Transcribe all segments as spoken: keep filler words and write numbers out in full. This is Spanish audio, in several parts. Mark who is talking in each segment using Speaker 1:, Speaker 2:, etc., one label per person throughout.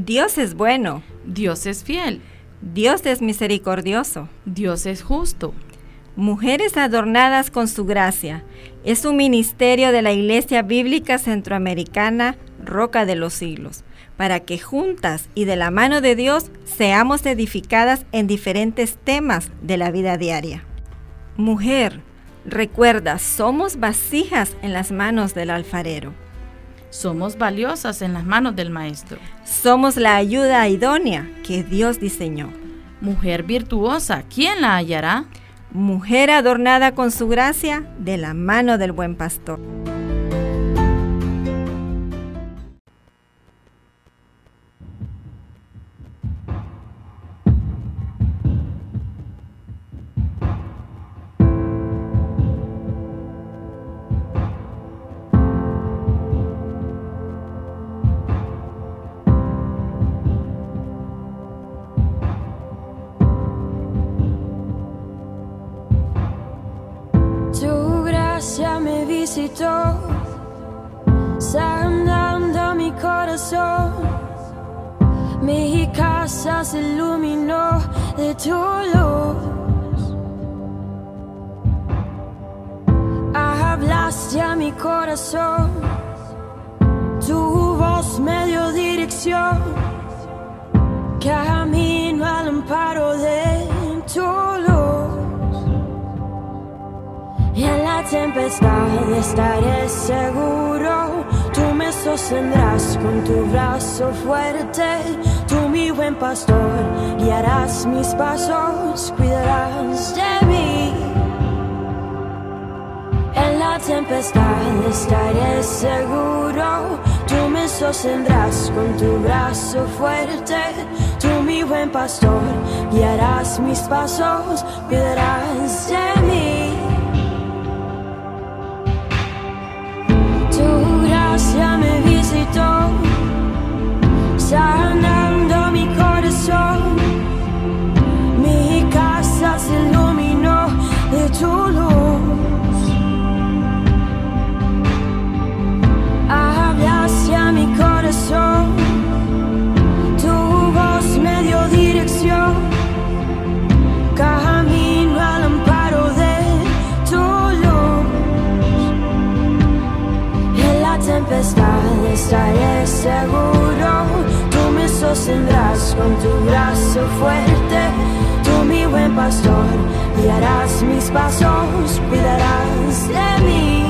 Speaker 1: Dios es bueno.
Speaker 2: Dios es fiel.
Speaker 1: Dios es misericordioso.
Speaker 2: Dios es justo.
Speaker 1: Mujeres adornadas con su gracia. Es un ministerio de la Iglesia Bíblica Centroamericana, Roca de los Siglos, para que juntas y de la mano de Dios seamos edificadas en diferentes temas de la vida diaria. Mujer, recuerda, somos vasijas en las manos del alfarero.
Speaker 2: Somos valiosas en las manos del Maestro.
Speaker 1: Somos la ayuda idónea que Dios diseñó.
Speaker 2: Mujer virtuosa, ¿quién la hallará?
Speaker 1: Mujer adornada con su gracia, de la mano del buen pastor.
Speaker 3: Me visitó, sanando mi corazón. Mi casa se iluminó de tu luz. Hablaste a mi corazón, tu voz me dio dirección. Camino al amparo de tu luz. Y en la tempestad estaré seguro, tú me sostendrás con tu brazo fuerte. Tú, mi buen pastor, guiarás mis pasos, cuidarás de mí. En la tempestad estaré seguro, tú me sostendrás con tu brazo fuerte. Tú, mi buen pastor, guiarás mis pasos, cuidarás de mí. Ya me visitó, sanando mi corazón. Mi casa se iluminó de tu luz. Hablaste a mi corazón, tu voz me dio dirección. Camino al amparo de tu luz. En la tempestad estaré seguro, tú me sostendrás con tu brazo fuerte. Tú, mi buen pastor, guiarás mis pasos, cuidarás de mí.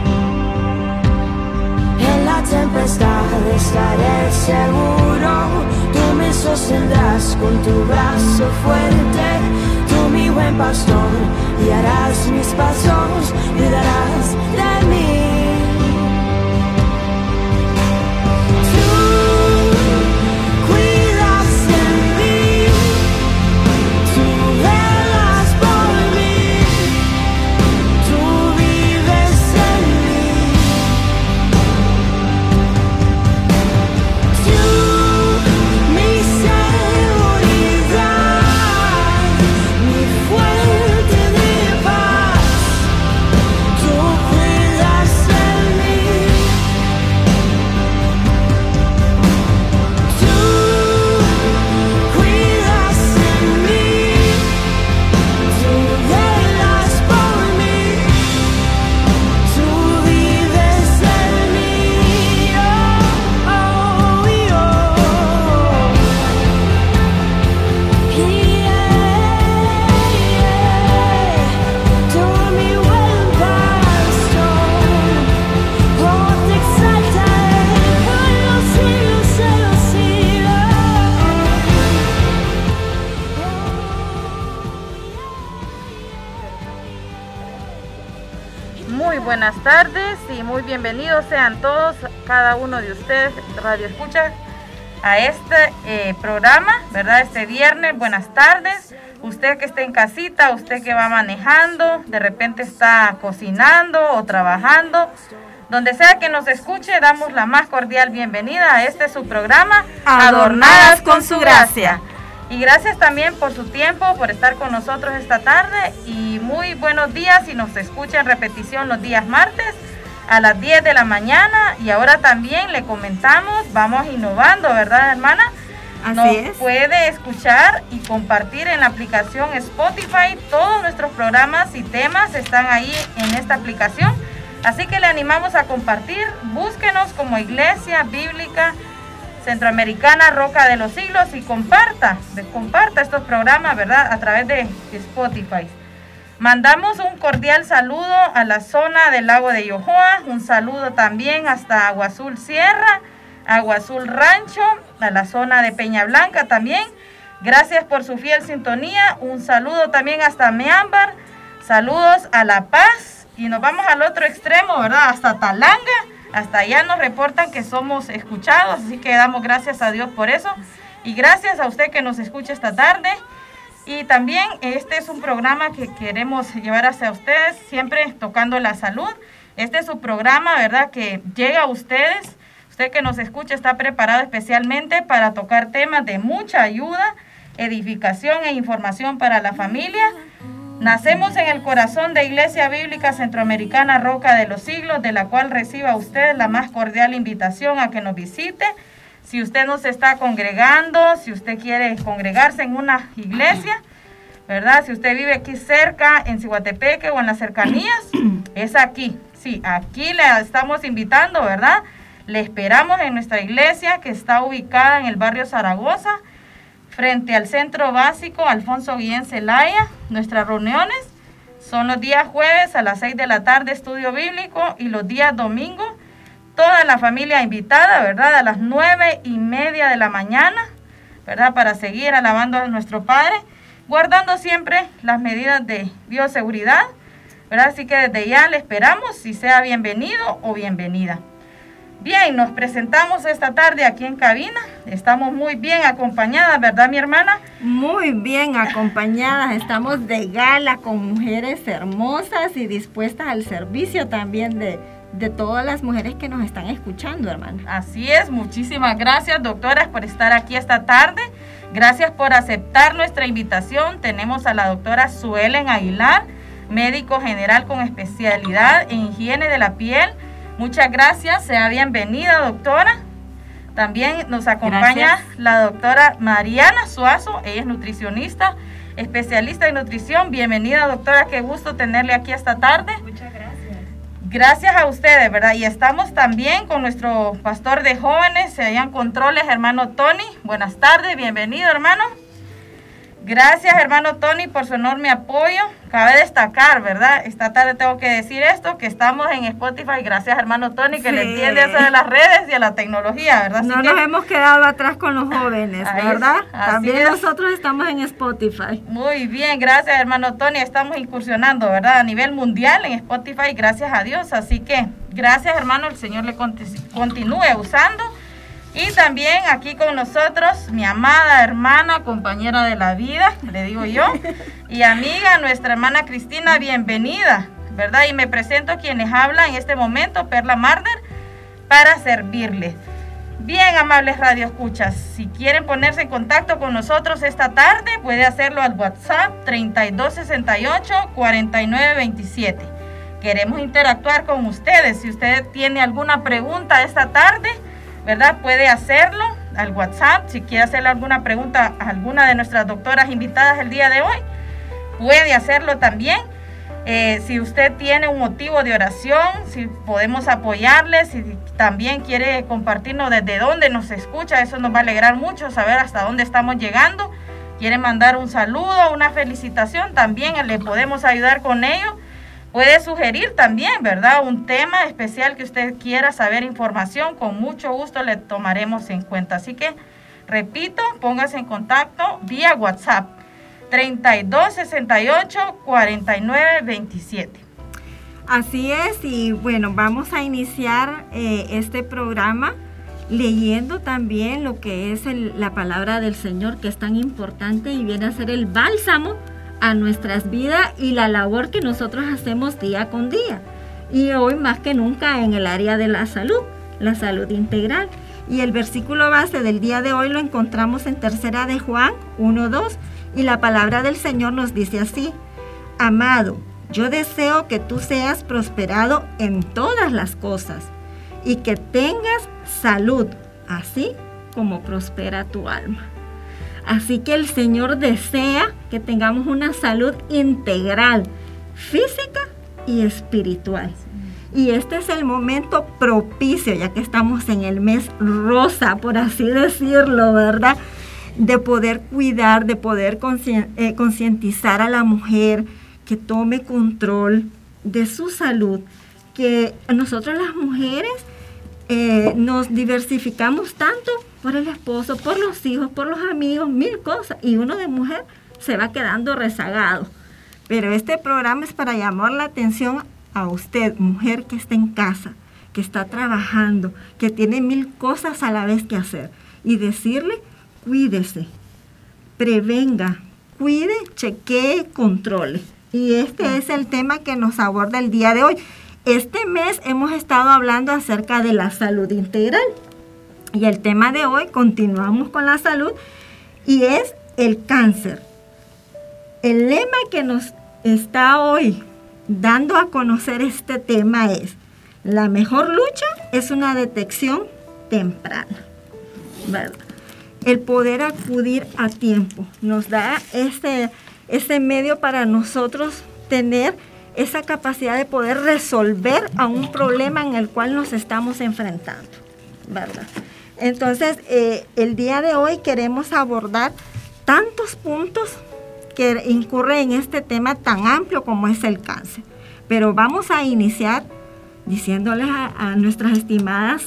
Speaker 3: En la tempestad estaré seguro, tú me sostendrás con tu brazo fuerte. Tú, mi buen pastor, guiarás mis pasos, cuidarás de mí.
Speaker 4: Buenas tardes y muy bienvenidos sean todos, cada uno de ustedes, Radio Escucha, a este eh, programa, ¿verdad? Este viernes, buenas tardes. Usted que está en casita, usted que va manejando, de repente está cocinando o trabajando, donde sea que nos escuche, damos la más cordial bienvenida a este su programa, Adornadas con su gracia. Y gracias también por su tiempo, por estar con nosotros esta tarde y muy buenos días si nos escucha en repetición los días martes a las diez de la mañana. Y ahora también le comentamos, vamos innovando, ¿verdad, hermana?
Speaker 1: Así
Speaker 4: Nos
Speaker 1: es.
Speaker 4: puede escuchar y compartir en la aplicación Spotify. Todos nuestros programas y temas están ahí en esta aplicación. Así que le animamos a compartir. Búsquenos como Iglesia Bíblica Centroamericana Roca de los Siglos y comparta, comparta estos programas, ¿verdad? A través de Spotify. Mandamos un cordial saludo a la zona del lago de Yohoa, un saludo también hasta Agua Azul Sierra, Agua Azul Rancho, a la zona de Peña Blanca también. Gracias por su fiel sintonía. Un saludo también hasta Meámbar, saludos a La Paz y nos vamos al otro extremo, ¿verdad? Hasta Talanga, hasta allá nos reportan que somos escuchados, así que damos gracias a Dios por eso y gracias a usted que nos escucha esta tarde. Y también este es un programa que queremos llevar hacia ustedes, siempre tocando la salud. Este es su programa, ¿verdad? Que llega a ustedes. Usted que nos escucha está preparado especialmente para tocar temas de mucha ayuda, edificación e información para la familia. Nacemos en el corazón de Iglesia Bíblica Centroamericana Roca de los Siglos, de la cual reciba usted la más cordial invitación a que nos visite. Si usted no se está congregando, si usted quiere congregarse en una iglesia, ¿verdad? Si usted vive aquí cerca, en Ciguatepeque o en las cercanías, es aquí. Sí, aquí le estamos invitando, ¿verdad? Le esperamos en nuestra iglesia que está ubicada en el barrio Zaragoza, frente al Centro Básico Alfonso Guillén Zelaya. Nuestras reuniones son los días jueves a las seis de la tarde, estudio bíblico, y los días domingo, toda la familia invitada, ¿verdad? A las nueve y media de la mañana, ¿verdad? Para seguir alabando a nuestro Padre, guardando siempre las medidas de bioseguridad, ¿verdad? Así que desde ya le esperamos, si sea bienvenido o bienvenida. Bien, nos presentamos esta tarde aquí en cabina. Estamos muy bien acompañadas, ¿verdad, mi hermana?
Speaker 1: Muy bien acompañadas. Estamos de gala con mujeres hermosas y dispuestas al servicio también de, de todas las mujeres que nos están escuchando, hermana.
Speaker 4: Así es. Muchísimas gracias, doctoras, por estar aquí esta tarde. Gracias por aceptar nuestra invitación. Tenemos a la doctora Suelen Aguilar, médico general con especialidad en higiene de la piel. Muchas gracias, sea bienvenida, doctora. También nos acompaña gracias. La doctora Mariana Suazo, ella es nutricionista, especialista en nutrición. Bienvenida, doctora, qué gusto tenerle aquí esta tarde.
Speaker 5: Muchas gracias.
Speaker 4: Gracias a ustedes, ¿verdad? Y estamos también con nuestro pastor de jóvenes, se hallan controles, hermano Tony. Buenas tardes, bienvenido, hermano. Gracias, hermano Tony, por su enorme apoyo. Cabe destacar, ¿verdad? Esta tarde tengo que decir esto, que estamos en Spotify. Gracias, hermano Tony, que sí. Le entiende eso de las redes y a la tecnología, ¿verdad?
Speaker 1: No
Speaker 4: Así
Speaker 1: nos
Speaker 4: que...
Speaker 1: hemos quedado atrás con los jóvenes, ¿verdad? También
Speaker 4: es.
Speaker 1: Nosotros estamos en Spotify.
Speaker 4: Muy bien, gracias, hermano Tony. Estamos incursionando, ¿verdad? A nivel mundial en Spotify, gracias a Dios. Así que, gracias, hermano, el Señor le continúe usando. Y también aquí con nosotros, mi amada hermana, compañera de la vida, le digo yo, y amiga, nuestra hermana Cristina, bienvenida, ¿verdad? Y me presento a quienes hablan en este momento, Perla Marder, para servirles. Bien, amables radioescuchas, si quieren ponerse en contacto con nosotros esta tarde, puede hacerlo al WhatsApp treinta y dos sesenta y ocho, cuarenta y nueve veintisiete. Queremos interactuar con ustedes. Si usted tiene alguna pregunta esta tarde, ¿verdad? Puede hacerlo al WhatsApp. Si quiere hacerle alguna pregunta a alguna de nuestras doctoras invitadas el día de hoy, puede hacerlo también. Eh, si usted tiene un motivo de oración, si podemos apoyarle, si también quiere compartirnos desde dónde nos escucha, eso nos va a alegrar mucho saber hasta dónde estamos llegando. Quiere mandar un saludo, una felicitación, también le podemos ayudar con ello. Puede sugerir también, ¿verdad? Un tema especial que usted quiera saber información, con mucho gusto le tomaremos en cuenta. Así que, repito, póngase en contacto vía WhatsApp treinta y dos sesenta y ocho, cuarenta y nueve veintisiete.
Speaker 1: Así es, y bueno, vamos a iniciar eh, este programa leyendo también lo que es el, la palabra del Señor, que es tan importante y viene a ser el bálsamo a nuestras vidas y la labor que nosotros hacemos día con día. Y hoy más que nunca en el área de la salud, la salud integral. Y el versículo base del día de hoy lo encontramos en tercera de Juan uno dos, y la palabra del Señor nos dice así: amado, yo deseo que tú seas prosperado en todas las cosas y que tengas salud, así como prospera tu alma. Así que el Señor desea que tengamos una salud integral, física y espiritual. Y este es el momento propicio, ya que estamos en el mes rosa, por así decirlo, ¿verdad? De poder cuidar, de poder eh, concientizar a la mujer que tome control de su salud, que nosotros las mujeres eh, nos diversificamos tanto por el esposo, por los hijos, por los amigos, mil cosas, y uno de mujer se va quedando rezagado. Pero este programa es para llamar la atención a usted, mujer que está en casa, que está trabajando, que tiene mil cosas a la vez que hacer, y decirle, cuídese, prevenga, cuide, chequee, controle. Y este es el tema que nos aborda el día de hoy. Este mes hemos estado hablando acerca de la salud integral. Y el tema de hoy, continuamos con la salud, y es el cáncer. El lema que nos está hoy dando a conocer este tema es: la mejor lucha es una detección temprana, ¿verdad? El poder acudir a tiempo nos da ese, ese medio para nosotros tener esa capacidad de poder resolver a un problema en el cual nos estamos enfrentando, ¿verdad? Entonces, eh, el día de hoy queremos abordar tantos puntos que incurren en este tema tan amplio como es el cáncer. Pero vamos a iniciar diciéndoles a, a nuestras estimadas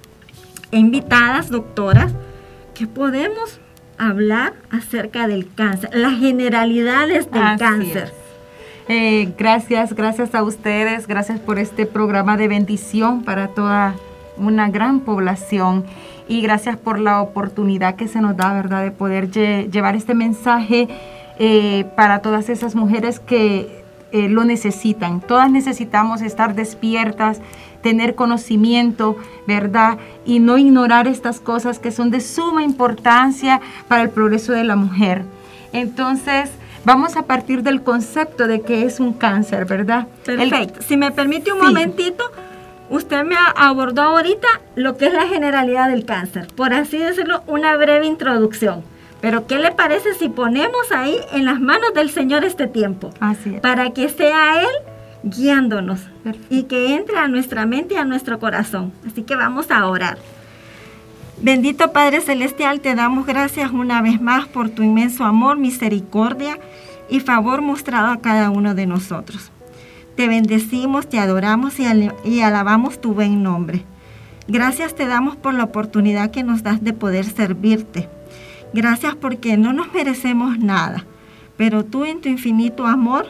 Speaker 1: invitadas, doctoras, que podemos hablar acerca del cáncer, las generalidades del
Speaker 5: Así
Speaker 1: cáncer.
Speaker 5: Es. Eh, gracias, gracias a ustedes, gracias por este programa de bendición para toda una gran población, y gracias por la oportunidad que se nos da, ¿verdad?, de poder lle- llevar este mensaje eh, para todas esas mujeres que eh, lo necesitan. Todas necesitamos estar despiertas, tener conocimiento, ¿verdad?, y no ignorar estas cosas que son de suma importancia para el progreso de la mujer. Entonces, vamos a partir del concepto de que es un cáncer, ¿verdad?
Speaker 1: Perfecto. El, si me permite un
Speaker 5: sí.
Speaker 1: momentito, usted me abordó ahorita lo que es la generalidad del cáncer, por así decirlo, una breve introducción. Pero ¿qué le parece si ponemos ahí en las manos del Señor este tiempo?
Speaker 5: Así es.
Speaker 1: Para que sea Él guiándonos.
Speaker 5: Perfecto.
Speaker 1: Y que entre a nuestra mente y a nuestro corazón. Así que vamos a orar. Bendito Padre Celestial, te damos gracias una vez más por tu inmenso amor, misericordia y favor mostrado a cada uno de nosotros. Te bendecimos, te adoramos y, al- y alabamos tu buen nombre. Gracias te damos por la oportunidad que nos das de poder servirte. Gracias porque no nos merecemos nada, pero tú en tu infinito amor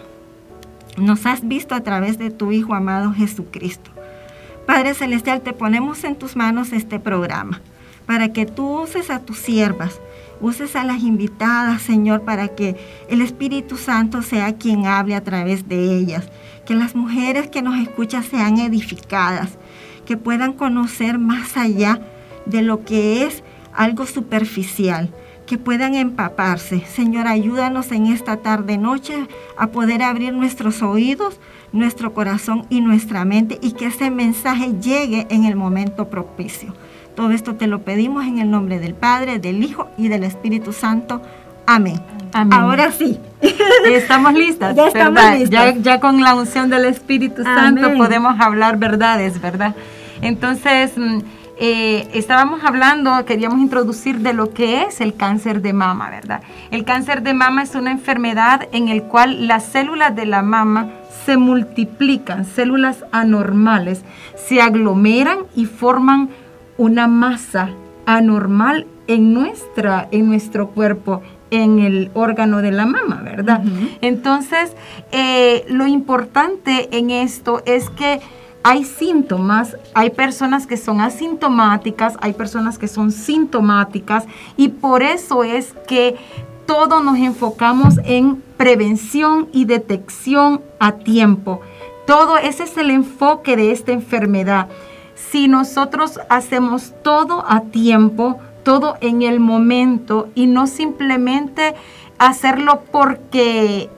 Speaker 1: nos has visto a través de tu Hijo amado Jesucristo. Padre Celestial, te ponemos en tus manos este programa, para que tú uses a tus siervas, uses a las invitadas, Señor, para que el Espíritu Santo sea quien hable a través de ellas, que las mujeres que nos escuchan sean edificadas, que puedan conocer más allá de lo que es algo superficial, que puedan empaparse. Señor, ayúdanos en esta tarde-noche a poder abrir nuestros oídos, nuestro corazón y nuestra mente, y que ese mensaje llegue en el momento propicio. Todo esto te lo pedimos en el nombre del Padre, del Hijo y del Espíritu Santo. Amén.
Speaker 5: Amén.
Speaker 1: Ahora sí.
Speaker 5: Estamos listas,
Speaker 1: Ya estamos
Speaker 5: ¿verdad?
Speaker 1: listas.
Speaker 5: Ya, ya con la unción del Espíritu Santo
Speaker 1: Amén.
Speaker 5: podemos hablar verdades, ¿verdad? Entonces, mm, eh, estábamos hablando, queríamos introducir de lo que es el cáncer de mama, ¿verdad? El cáncer de mama es una enfermedad en el cual las células de la mama se multiplican, células anormales, se aglomeran y forman una masa anormal en, nuestra, en nuestro cuerpo, en el órgano de la mama, ¿verdad?
Speaker 1: Uh-huh.
Speaker 5: Entonces, eh, lo importante en esto es que hay síntomas, hay personas que son asintomáticas, hay personas que son sintomáticas, y por eso es que todos nos enfocamos en prevención y detección a tiempo. Todo ese es el enfoque de esta enfermedad. Si nosotros hacemos todo a tiempo, todo en el momento, y no simplemente hacerlo porque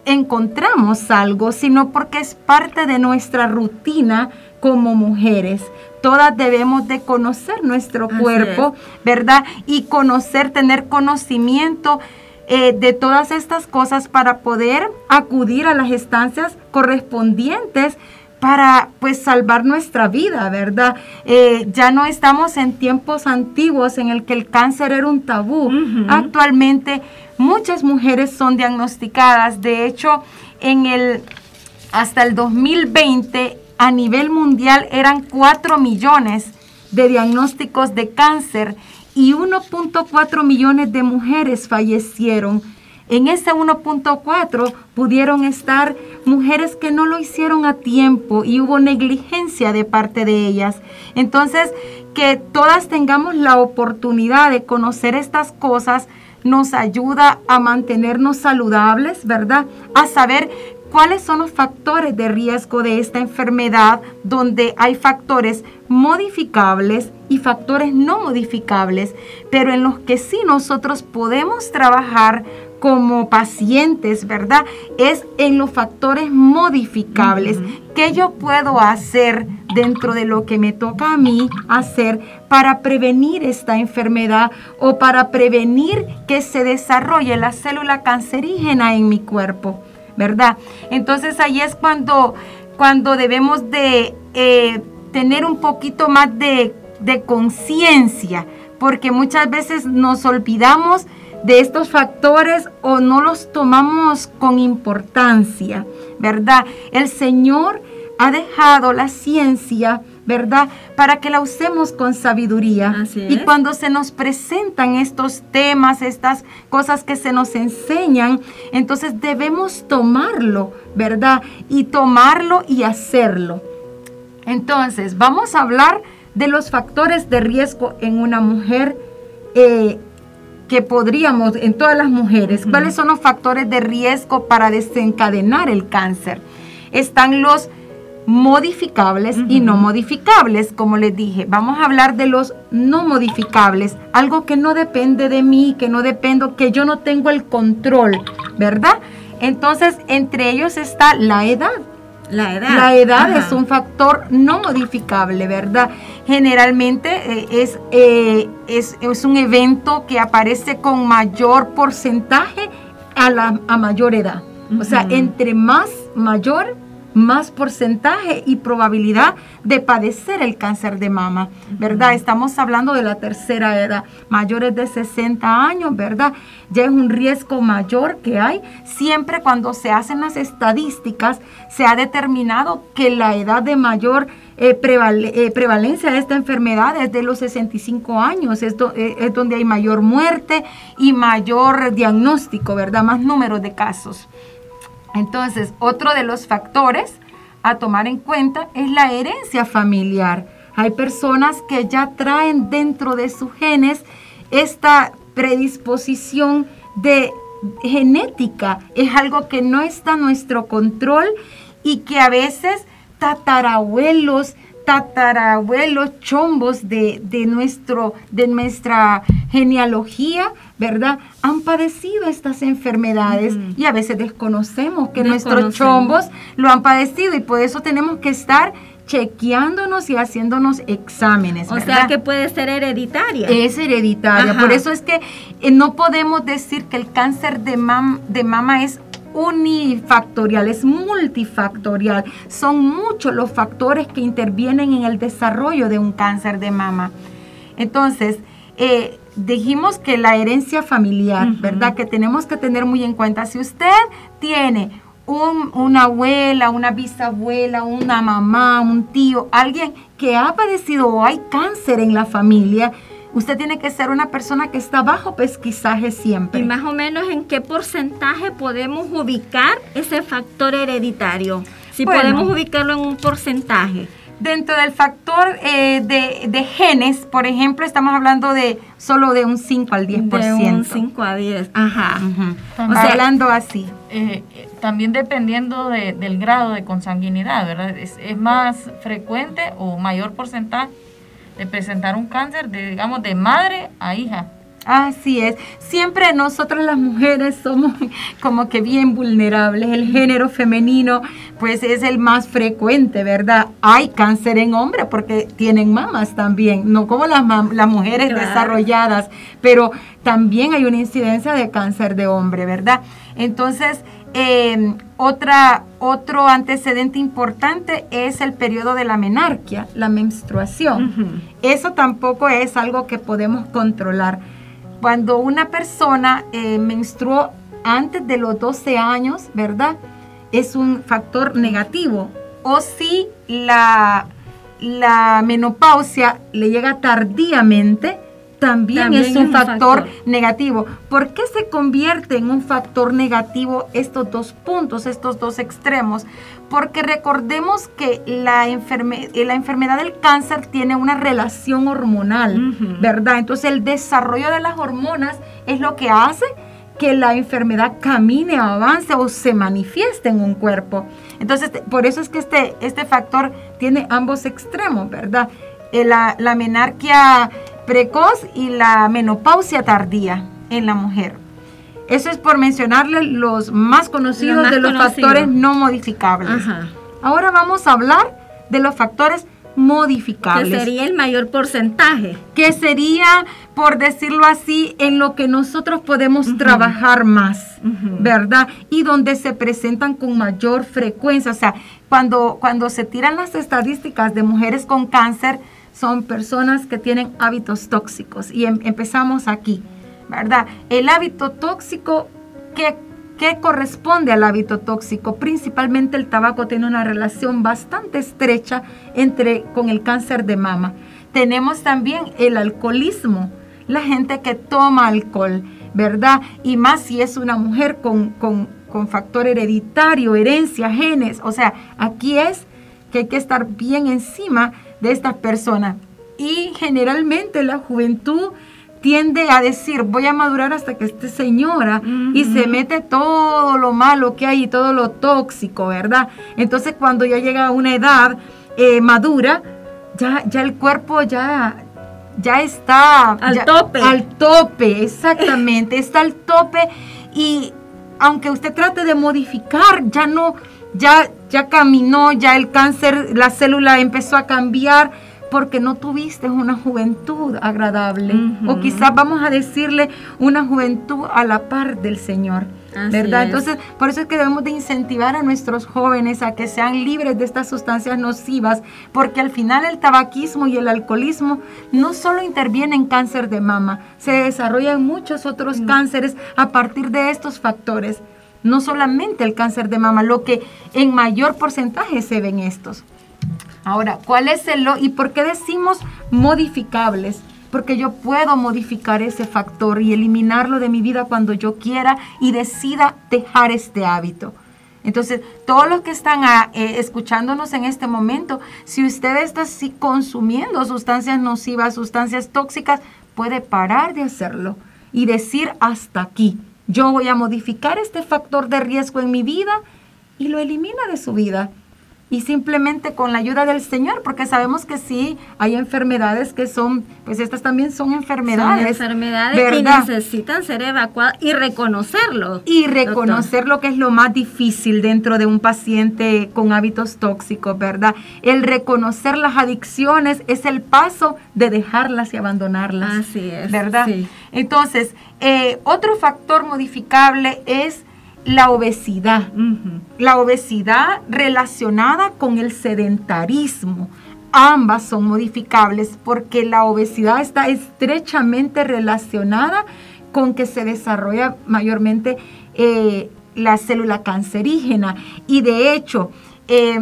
Speaker 5: encontramos algo, sino porque es parte de nuestra rutina como mujeres. Todas debemos de conocer nuestro
Speaker 1: Así
Speaker 5: cuerpo, ¿verdad? Y conocer, tener conocimiento eh, de todas estas cosas para poder acudir a las instancias correspondientes para pues salvar nuestra vida, ¿verdad? Eh, ya no estamos en tiempos antiguos en el que el cáncer era un tabú. Uh-huh. Actualmente muchas mujeres son diagnosticadas. De hecho, en el hasta el dos mil veinte a nivel mundial eran cuatro millones de diagnósticos de cáncer y uno punto cuatro millones de mujeres fallecieron. En ese uno punto cuatro pudieron estar mujeres que no lo hicieron a tiempo y hubo negligencia de parte de ellas. Entonces, que todas tengamos la oportunidad de conocer estas cosas nos ayuda a mantenernos saludables, ¿verdad? A saber cuáles son los factores de riesgo de esta enfermedad, donde hay factores modificables y factores no modificables, pero en los que sí nosotros podemos trabajar como pacientes, ¿verdad? Es en los factores modificables. Uh-huh. ¿Qué yo puedo hacer dentro de lo que me toca a mí hacer para prevenir esta enfermedad o para prevenir que se desarrolle la célula cancerígena en mi cuerpo, ¿verdad? Entonces ahí es cuando, cuando debemos de eh, tener un poquito más de, de conciencia, porque muchas veces nos olvidamos de estos factores o no los tomamos con importancia, ¿verdad? El Señor ha dejado la ciencia, ¿verdad?, para que la usemos con sabiduría.
Speaker 1: Así es.
Speaker 5: Y cuando se nos presentan estos temas, estas cosas que se nos enseñan, entonces debemos tomarlo, ¿verdad? Y tomarlo y hacerlo. Entonces, vamos a hablar de los factores de riesgo en una mujer eh, que podríamos, en todas las mujeres. Uh-huh. ¿Cuáles son los factores de riesgo para desencadenar el cáncer? Están los modificables uh-huh. y no modificables, como les dije. Vamos a hablar de los no modificables, algo que no depende de mí, que no dependo, que yo no tengo el control, ¿verdad? Entonces, entre ellos está la edad.
Speaker 1: La edad.
Speaker 5: La edad
Speaker 1: Ajá.
Speaker 5: es un factor no modificable, ¿verdad? Generalmente eh, es, eh, es, es un evento que aparece con mayor porcentaje a, la, a mayor edad. Uh-huh. O sea, entre más mayor, más porcentaje y probabilidad de padecer el cáncer de mama, ¿verdad? Uh-huh. Estamos hablando de la tercera edad, mayores de sesenta años, ¿verdad? Ya es un riesgo mayor que hay. Siempre cuando se hacen las estadísticas, se ha determinado que la edad de mayor eh, prevale, eh, prevalencia de esta enfermedad es de los sesenta y cinco años, es, do, eh, es donde hay mayor muerte y mayor diagnóstico, ¿verdad? Más números de casos. Entonces, otro de los factores a tomar en cuenta es la herencia familiar. Hay personas que ya traen dentro de sus genes esta predisposición de genética. Es algo que no está a nuestro control y que a veces tatarabuelos, tatarabuelos chombos de, de, nuestro, de nuestra genealogía, ¿verdad?, han padecido estas enfermedades. Uh-huh. Y a veces desconocemos que nuestros chombos lo han padecido y por eso tenemos que estar chequeándonos y haciéndonos exámenes,
Speaker 1: o
Speaker 5: ¿verdad?
Speaker 1: sea que puede ser hereditaria.
Speaker 5: Es hereditaria. Ajá. Por eso es que eh, no podemos decir que el cáncer de, mam, de mama es unifactorial, es multifactorial. Son muchos los factores que intervienen en el desarrollo de un cáncer de mama. Entonces, eh, dijimos que la herencia familiar, uh-huh. ¿verdad?, que tenemos que tener muy en cuenta. Si usted tiene un, una abuela, una bisabuela, una mamá, un tío, alguien que ha padecido o hay cáncer en la familia, usted tiene que ser una persona que está bajo pesquisaje siempre.
Speaker 1: ¿Y más o menos en qué porcentaje podemos ubicar ese factor hereditario? Si bueno, podemos ubicarlo en un porcentaje.
Speaker 5: Dentro del factor eh, de, de genes, por ejemplo, estamos hablando de solo de un cinco al diez por ciento.
Speaker 1: De un cinco a diez, ajá.
Speaker 5: Uh-huh. O sea, hablando así.
Speaker 4: Eh, también dependiendo de, del grado de consanguinidad, ¿verdad? Es, es más frecuente o mayor porcentaje de presentar un cáncer, de, digamos, de madre a hija.
Speaker 5: Así es. Siempre nosotras las mujeres somos como que bien vulnerables. El género femenino pues es el más frecuente, ¿verdad? Hay cáncer en hombres porque tienen mamas también, no como las, las mujeres claro. desarrolladas, pero también hay una incidencia de cáncer de hombre, ¿verdad? Entonces, eh, otra, otro antecedente importante es el periodo de la menarquia, la menstruación. Uh-huh. Eso tampoco es algo que podemos controlar. Cuando una persona eh, menstruó antes de los doce años, ¿verdad? Es un factor negativo. O si la, la menopausia le llega tardíamente, también, también es un, es un factor, factor negativo. ¿Por qué se convierte en un factor negativo estos dos puntos, estos dos extremos? Porque recordemos que la, enferme, la enfermedad del cáncer tiene una relación hormonal, uh-huh. ¿verdad? Entonces el desarrollo de las hormonas es lo que hace que la enfermedad camine, avance o se manifieste en un cuerpo. Entonces, por eso es que este, este factor tiene ambos extremos, ¿verdad? Eh, la, la menarquia precoz y la menopausia tardía en la mujer. Eso es por mencionarle los más conocidos más de los conocido. factores no modificables. Ajá. Ahora vamos a hablar de los factores modificables.
Speaker 1: Que sería el mayor porcentaje.
Speaker 5: Que sería, por decirlo así, en lo que nosotros podemos uh-huh. trabajar más, uh-huh. ¿verdad? Y donde se presentan con mayor frecuencia. O sea, cuando, cuando se tiran las estadísticas de mujeres con cáncer, son personas que tienen hábitos tóxicos. Y em, empezamos aquí, ¿verdad? El hábito tóxico, ¿qué, ¿qué corresponde al hábito tóxico? Principalmente el tabaco tiene una relación bastante estrecha entre, con el cáncer de mama. Tenemos también el alcoholismo, la gente que toma alcohol, ¿verdad? Y más si es una mujer con, con, con factor hereditario, herencia, genes. O sea, aquí es que hay que estar bien encima de estas personas. Y generalmente la juventud tiende a decir, voy a madurar hasta que esté señora, uh-huh. y se mete todo lo malo que hay y todo lo tóxico, ¿verdad? Entonces cuando ya llega a una edad eh, madura, ya, ya el cuerpo ya, ya está
Speaker 1: al
Speaker 5: ya,
Speaker 1: tope.
Speaker 5: Al tope, exactamente, está al tope, y aunque usted trate de modificar, ya no, ya, ya caminó, ya el cáncer, la célula empezó a cambiar, porque no tuviste una juventud agradable, uh-huh. o quizás vamos a decirle una juventud a la par del Señor, Así ¿verdad? Es. Entonces, por eso es que debemos de incentivar a nuestros jóvenes a que sean libres de estas sustancias nocivas, porque al final el tabaquismo y el alcoholismo no solo intervienen en cáncer de mama, se desarrollan muchos otros uh-huh. cánceres a partir de estos factores, no solamente el cáncer de mama, lo que en mayor porcentaje se ven estos. Ahora, ¿cuál es el lo y por qué decimos modificables? Porque yo puedo modificar ese factor y eliminarlo de mi vida cuando yo quiera y decida dejar este hábito. Entonces, todos los que están a, eh, escuchándonos en este momento, si usted está así consumiendo sustancias nocivas, sustancias tóxicas, puede parar de hacerlo y decir hasta aquí. Yo voy a modificar este factor de riesgo en mi vida y lo elimina de su vida. Y simplemente con la ayuda del Señor, porque sabemos que sí, hay enfermedades que son, pues estas también son enfermedades.
Speaker 1: Son enfermedades
Speaker 5: ¿verdad?
Speaker 1: Que necesitan ser evacuadas y reconocerlo.
Speaker 5: Y reconocer doctor. Lo que es lo más difícil dentro de un paciente con hábitos tóxicos, ¿verdad? El reconocer las adicciones es el paso de dejarlas y abandonarlas.
Speaker 1: Así es.
Speaker 5: ¿Verdad?
Speaker 1: Sí.
Speaker 5: Entonces, eh, otro factor modificable es la obesidad, uh-huh. la obesidad relacionada con el sedentarismo. Ambas son modificables porque la obesidad está estrechamente relacionada con que se desarrolla mayormente eh, la célula cancerígena. Y de hecho, eh,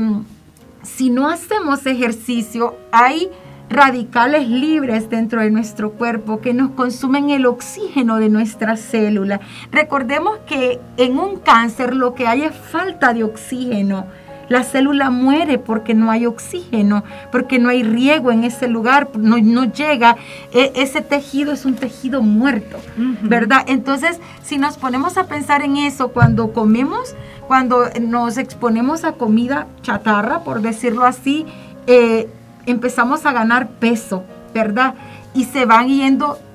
Speaker 5: si no hacemos ejercicio, hay radicales libres dentro de nuestro cuerpo que nos consumen el oxígeno de nuestra célula. Recordemos que en un cáncer lo que hay es falta de oxígeno. La célula muere porque no hay oxígeno, porque no hay riego en ese lugar, no, no llega, e, ese tejido es un tejido muerto, uh-huh. ¿verdad? Entonces, si nos ponemos a pensar en eso, cuando comemos, cuando nos exponemos a comida chatarra, por decirlo así, eh, empezamos a ganar peso, ¿verdad? Y se van yendo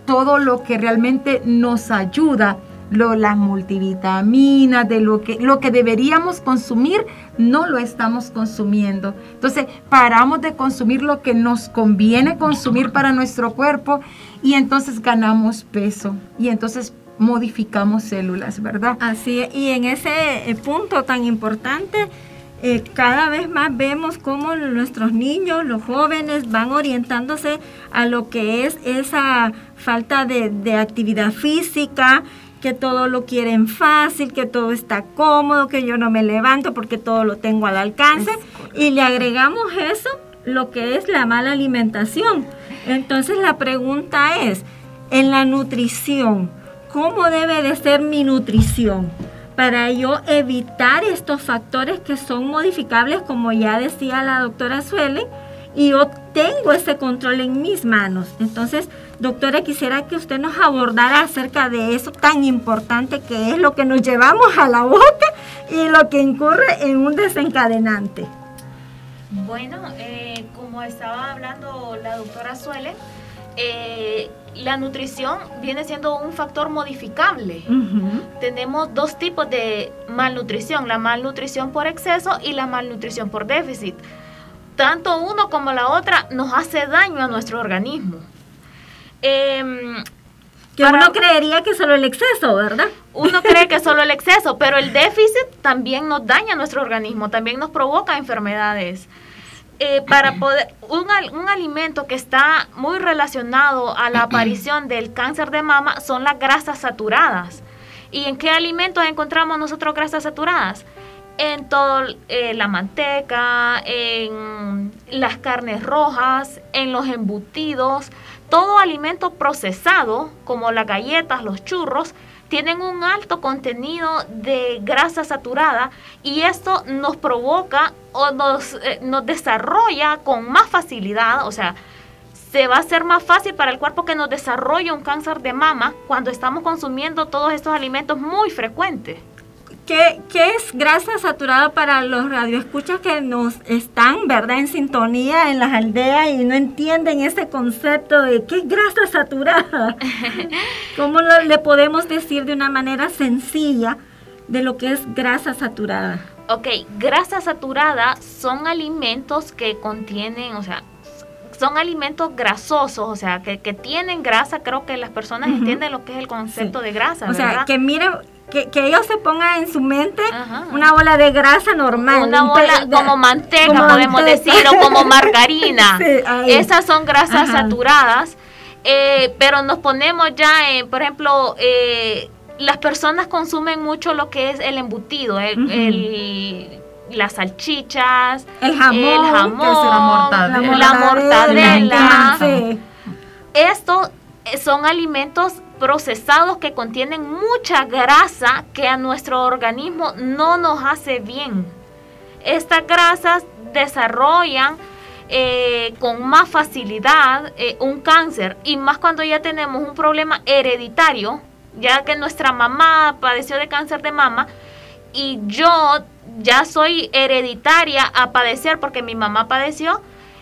Speaker 5: todo lo que realmente nos ayuda, lo, las multivitaminas, de lo que, lo que deberíamos consumir, no lo estamos consumiendo. Entonces, paramos de consumir lo que nos conviene consumir para nuestro cuerpo y entonces ganamos peso y entonces modificamos células, ¿verdad?
Speaker 1: Así es, y en ese eh, punto tan importante, eh, cada vez más vemos cómo nuestros niños, los jóvenes, van orientándose a lo que es esa falta de, de actividad física, que todo lo quieren fácil, que todo está cómodo, que yo no me levanto porque todo lo tengo al alcance, y le agregamos eso, lo que es la mala alimentación. Entonces la pregunta es, en la nutrición, ¿cómo debe de ser mi nutrición? Para yo evitar estos factores que son modificables, como ya decía la doctora Suelen, y yo tengo ese control en mis manos. Entonces, doctora, quisiera que usted nos abordara acerca de eso tan importante que es lo que nos llevamos a la boca y lo que incurre en un desencadenante.
Speaker 6: Bueno, eh, como estaba hablando la doctora Suelen, eh, la nutrición viene siendo un factor modificable. Uh-huh. Tenemos dos tipos de malnutrición, la malnutrición por exceso y la malnutrición por déficit. Tanto uno como la otra nos hace daño a nuestro organismo. Eh,
Speaker 1: que para, uno creería que solo el exceso, ¿verdad?
Speaker 6: Uno cree que solo el exceso, pero el déficit también nos daña a nuestro organismo, también nos provoca enfermedades. Eh, para poder, un, un alimento que está muy relacionado a la aparición del cáncer de mama son las grasas saturadas. ¿Y en qué alimentos encontramos nosotros grasas saturadas? En todo, eh, la manteca, en las carnes rojas, en los embutidos. Todo alimento procesado, como las galletas, los churros, tienen un alto contenido de grasa saturada y esto nos provoca o nos, eh, nos desarrolla con más facilidad, o sea, se va a hacer más fácil para el cuerpo que nos desarrolle un cáncer de mama cuando estamos consumiendo todos estos alimentos muy frecuentes.
Speaker 1: ¿Qué, ¿Qué es grasa saturada para los radioescuchas que nos están, verdad, en sintonía en las aldeas y no entienden ese concepto de qué es grasa saturada? ¿Cómo lo, le podemos decir de una manera sencilla de lo que es grasa saturada?
Speaker 6: Ok, grasa saturada son alimentos que contienen, o sea, son alimentos grasosos, o sea, que, que tienen grasa. Creo que las personas uh-huh. entienden lo que es el concepto sí. de grasa,
Speaker 1: o
Speaker 6: ¿verdad?
Speaker 1: sea, que miren... Que, que ellos se pongan en su mente Ajá. una bola de grasa normal.
Speaker 6: Una bola de, como manteca, como podemos manteca. decir, o como margarina. Sí, esas son grasas Ajá. saturadas, eh, pero nos ponemos ya, eh, por ejemplo, eh, las personas consumen mucho lo que es el embutido, el, uh-huh. el, las salchichas,
Speaker 1: el jamón,
Speaker 6: el jamón
Speaker 2: la mortadela,
Speaker 6: la mortadela. Sí. Esto son alimentos procesados que contienen mucha grasa que a nuestro organismo no nos hace bien. Estas grasas desarrollan eh, con más facilidad eh, un cáncer, y más cuando ya tenemos un problema hereditario, ya que nuestra mamá padeció de cáncer de mama y yo ya soy hereditaria a padecer porque mi mamá padeció.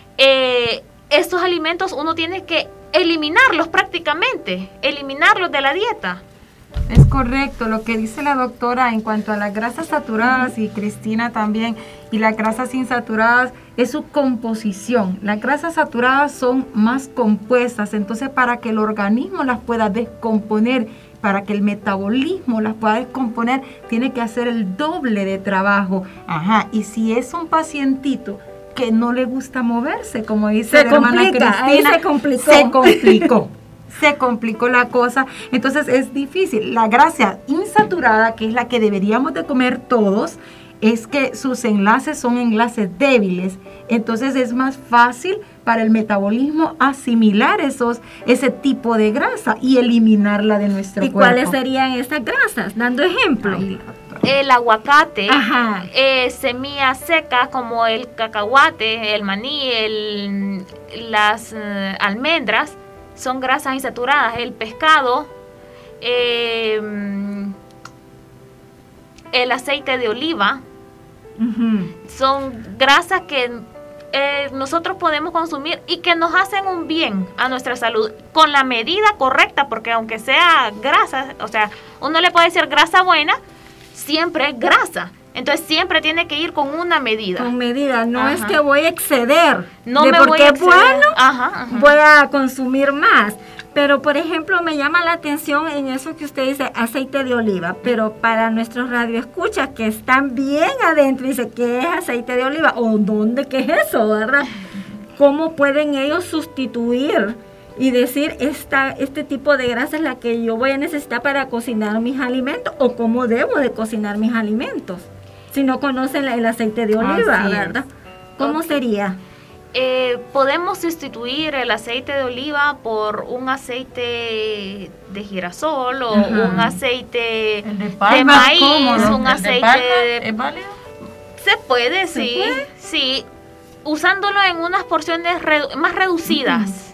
Speaker 6: Eh, estos alimentos uno tiene que eliminarlos prácticamente, eliminarlos de la dieta.
Speaker 5: Es correcto lo que dice la doctora en cuanto a las grasas saturadas, y Cristina también, y las grasas insaturadas, es su composición. Las grasas saturadas son más compuestas, entonces para que el organismo las pueda descomponer, para que el metabolismo las pueda descomponer, tiene que hacer el doble de trabajo. Ajá, y si es un pacientito que no le gusta moverse, como dice la hermana Cristina,
Speaker 1: ahí se complicó.
Speaker 5: Se complicó. Se complicó la cosa, entonces es difícil. La grasa insaturada, que es la que deberíamos de comer todos, es que sus enlaces son enlaces débiles, entonces es más fácil para el metabolismo asimilar esos, ese tipo de grasa y eliminarla de nuestro
Speaker 1: ¿Y
Speaker 5: cuerpo. ¿Y
Speaker 1: cuáles serían estas grasas? Dando ejemplo.
Speaker 6: Ay, el aguacate, eh, semillas secas como el cacahuate, el maní, el, las uh, almendras, son grasas insaturadas. El pescado, eh, el aceite de oliva, uh-huh. son grasas que eh, nosotros podemos consumir y que nos hacen un bien a nuestra salud con la medida correcta, porque aunque sea grasa, o sea, uno le puede decir grasa buena, siempre es grasa. Entonces siempre tiene que ir con una medida.
Speaker 1: Con medida, no
Speaker 6: Ajá.
Speaker 1: es que voy a exceder.
Speaker 6: No
Speaker 1: de
Speaker 6: me
Speaker 1: porque
Speaker 6: voy a
Speaker 1: es
Speaker 6: exceder.
Speaker 1: bueno,
Speaker 6: Ajá, ajá.
Speaker 1: voy a consumir más. Pero, por ejemplo, me llama la atención en eso que usted dice, aceite de oliva. Pero para nuestros radioescuchas que están bien adentro, dice, ¿qué es aceite de oliva? ¿O dónde? ¿Qué es eso? ¿Verdad? ¿Cómo pueden ellos sustituir y decir, esta, este tipo de grasa es la que yo voy a necesitar para cocinar mis alimentos? ¿O cómo debo de cocinar mis alimentos? Si no conocen el aceite de oliva,
Speaker 5: Así es.
Speaker 1: ¿verdad? ¿Cómo sería?
Speaker 6: Eh, podemos sustituir el aceite de oliva por un aceite de girasol o
Speaker 1: Ajá.
Speaker 6: un aceite
Speaker 2: El de
Speaker 6: de
Speaker 2: palma,
Speaker 6: maíz,
Speaker 2: ¿cómo?
Speaker 6: un
Speaker 2: ¿El de
Speaker 6: aceite
Speaker 2: palma
Speaker 6: de...
Speaker 2: es válido?
Speaker 6: Se puede,
Speaker 1: ¿Se
Speaker 6: sí,
Speaker 1: puede?
Speaker 6: sí, usándolo en unas porciones redu- más reducidas.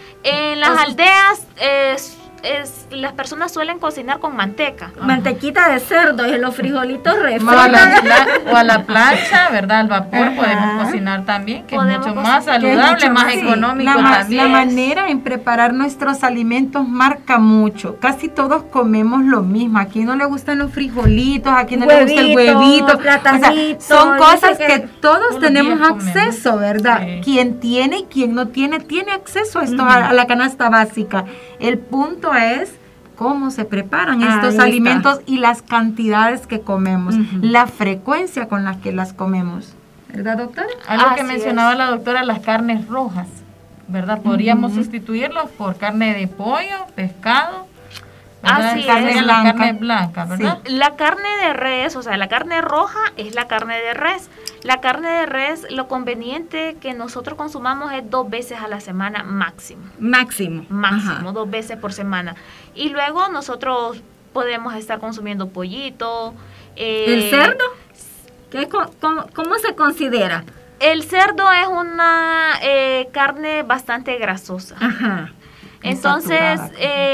Speaker 6: En las
Speaker 2: Entonces-
Speaker 6: aldeas es, es, las personas suelen cocinar con manteca.
Speaker 1: Mantequita de cerdo y los frijolitos
Speaker 2: O a, la,
Speaker 1: refritos.
Speaker 2: pla- o a la plancha, ¿verdad? Al vapor
Speaker 1: Ajá.
Speaker 2: podemos cocinar también, que
Speaker 6: Podemos
Speaker 2: es mucho
Speaker 6: co-
Speaker 2: más
Speaker 1: que es
Speaker 2: saludable,
Speaker 1: mucho
Speaker 2: más
Speaker 1: más- sí,
Speaker 2: económico
Speaker 5: la, ma-
Speaker 2: también.
Speaker 5: la manera en preparar nuestros alimentos marca mucho. Casi todos comemos lo mismo. A quien no le gustan los frijolitos, a quien no le gusta el
Speaker 1: Huevito,
Speaker 5: huevito. O sea,
Speaker 1: platanito,
Speaker 5: son
Speaker 1: dice
Speaker 5: cosas
Speaker 1: que
Speaker 5: que, todos
Speaker 2: todos los
Speaker 5: tenemos
Speaker 2: días comemos.
Speaker 5: acceso, ¿verdad?
Speaker 2: Sí.
Speaker 5: Quien tiene y quien no tiene, tiene acceso a esto,
Speaker 1: Ujú.
Speaker 5: a, a la canasta básica. El punto es cómo se preparan
Speaker 1: Ahí
Speaker 5: estos
Speaker 1: está.
Speaker 5: alimentos y las cantidades que comemos,
Speaker 1: Ujú.
Speaker 5: la frecuencia con la que las comemos. ¿Verdad, doctora?
Speaker 2: Algo que
Speaker 6: Así
Speaker 2: mencionaba
Speaker 6: es.
Speaker 2: la doctora, las carnes rojas, ¿verdad? Podríamos sustituirlos por carne de pollo, pescado, ¿verdad?
Speaker 6: Así
Speaker 2: Carne
Speaker 6: es.
Speaker 2: la
Speaker 5: Blanca.
Speaker 2: carne blanca, ¿verdad?
Speaker 6: La carne de res, o sea, la carne roja es la carne de res. La carne de res, lo conveniente que nosotros consumamos es dos veces a la semana máximo.
Speaker 1: Máximo.
Speaker 6: Máximo,
Speaker 1: Ajá.
Speaker 6: dos veces por semana. Y luego nosotros podemos estar consumiendo pollito. eh,
Speaker 1: ¿El cerdo? ¿Qué, co- cómo, cómo se considera?
Speaker 6: El cerdo es una eh, carne bastante grasosa.
Speaker 1: Ajá.
Speaker 6: Entonces,
Speaker 5: saturada.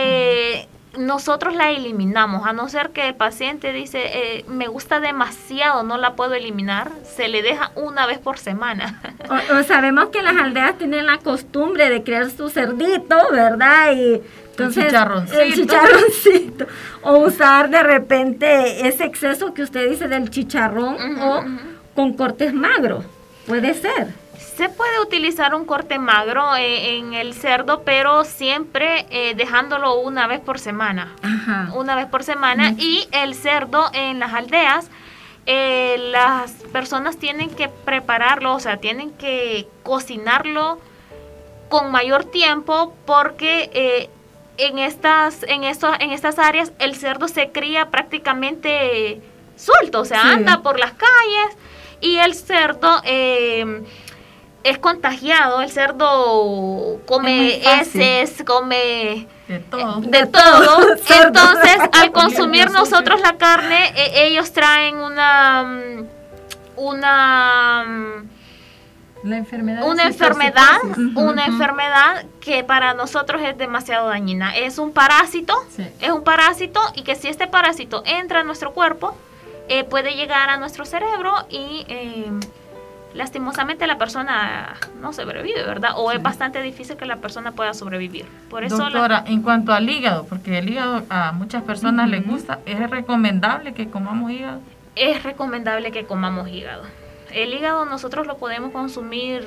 Speaker 6: eh, nosotros la eliminamos, a no ser que el paciente dice, eh, me gusta demasiado, no la puedo eliminar, se le deja una vez por semana.
Speaker 1: O, o sabemos que las aldeas tienen la costumbre de criar su cerdito, ¿verdad? Y entonces
Speaker 2: chicharroncito.
Speaker 1: el chicharroncito. O usar de repente ese exceso que usted dice del chicharrón
Speaker 6: Ujú,
Speaker 1: o
Speaker 6: ujú.
Speaker 1: con cortes magros. Puede ser.
Speaker 6: Se puede utilizar un corte magro eh, en el cerdo, pero siempre eh, dejándolo una vez por semana.
Speaker 1: Ajá.
Speaker 6: Una vez por semana. Y el cerdo en las aldeas, eh, las personas tienen que prepararlo, o sea, tienen que cocinarlo con mayor tiempo porque eh, en estas en estos, en estas áreas el cerdo se cría prácticamente suelto, o sea,
Speaker 1: Sí.
Speaker 6: anda por las calles y el cerdo eh, es contagiado, el cerdo come
Speaker 5: Es muy fácil.
Speaker 6: heces, come
Speaker 2: De todo.
Speaker 6: de todo.
Speaker 1: Cerdo.
Speaker 6: Entonces, al consumir
Speaker 2: Comiendo sucio.
Speaker 6: nosotros la carne, eh, ellos traen una mm, una mm,
Speaker 5: La enfermedad.
Speaker 6: una
Speaker 5: es
Speaker 6: enfermedad,
Speaker 5: cisticercosis.
Speaker 1: Ujú,
Speaker 6: una
Speaker 1: ujú.
Speaker 6: enfermedad que para nosotros es demasiado dañina. Es un parásito,
Speaker 5: Sí.
Speaker 6: es un parásito y que si este parásito entra a nuestro cuerpo, eh, puede llegar a nuestro cerebro y eh, lastimosamente la persona no sobrevive, ¿verdad? O es bastante difícil que la persona pueda sobrevivir. Por eso la-
Speaker 2: Doctora, en cuanto al hígado, porque el hígado a muchas personas les gusta, ¿es recomendable que comamos hígado?
Speaker 6: es recomendable que comamos hígado. El hígado nosotros lo podemos consumir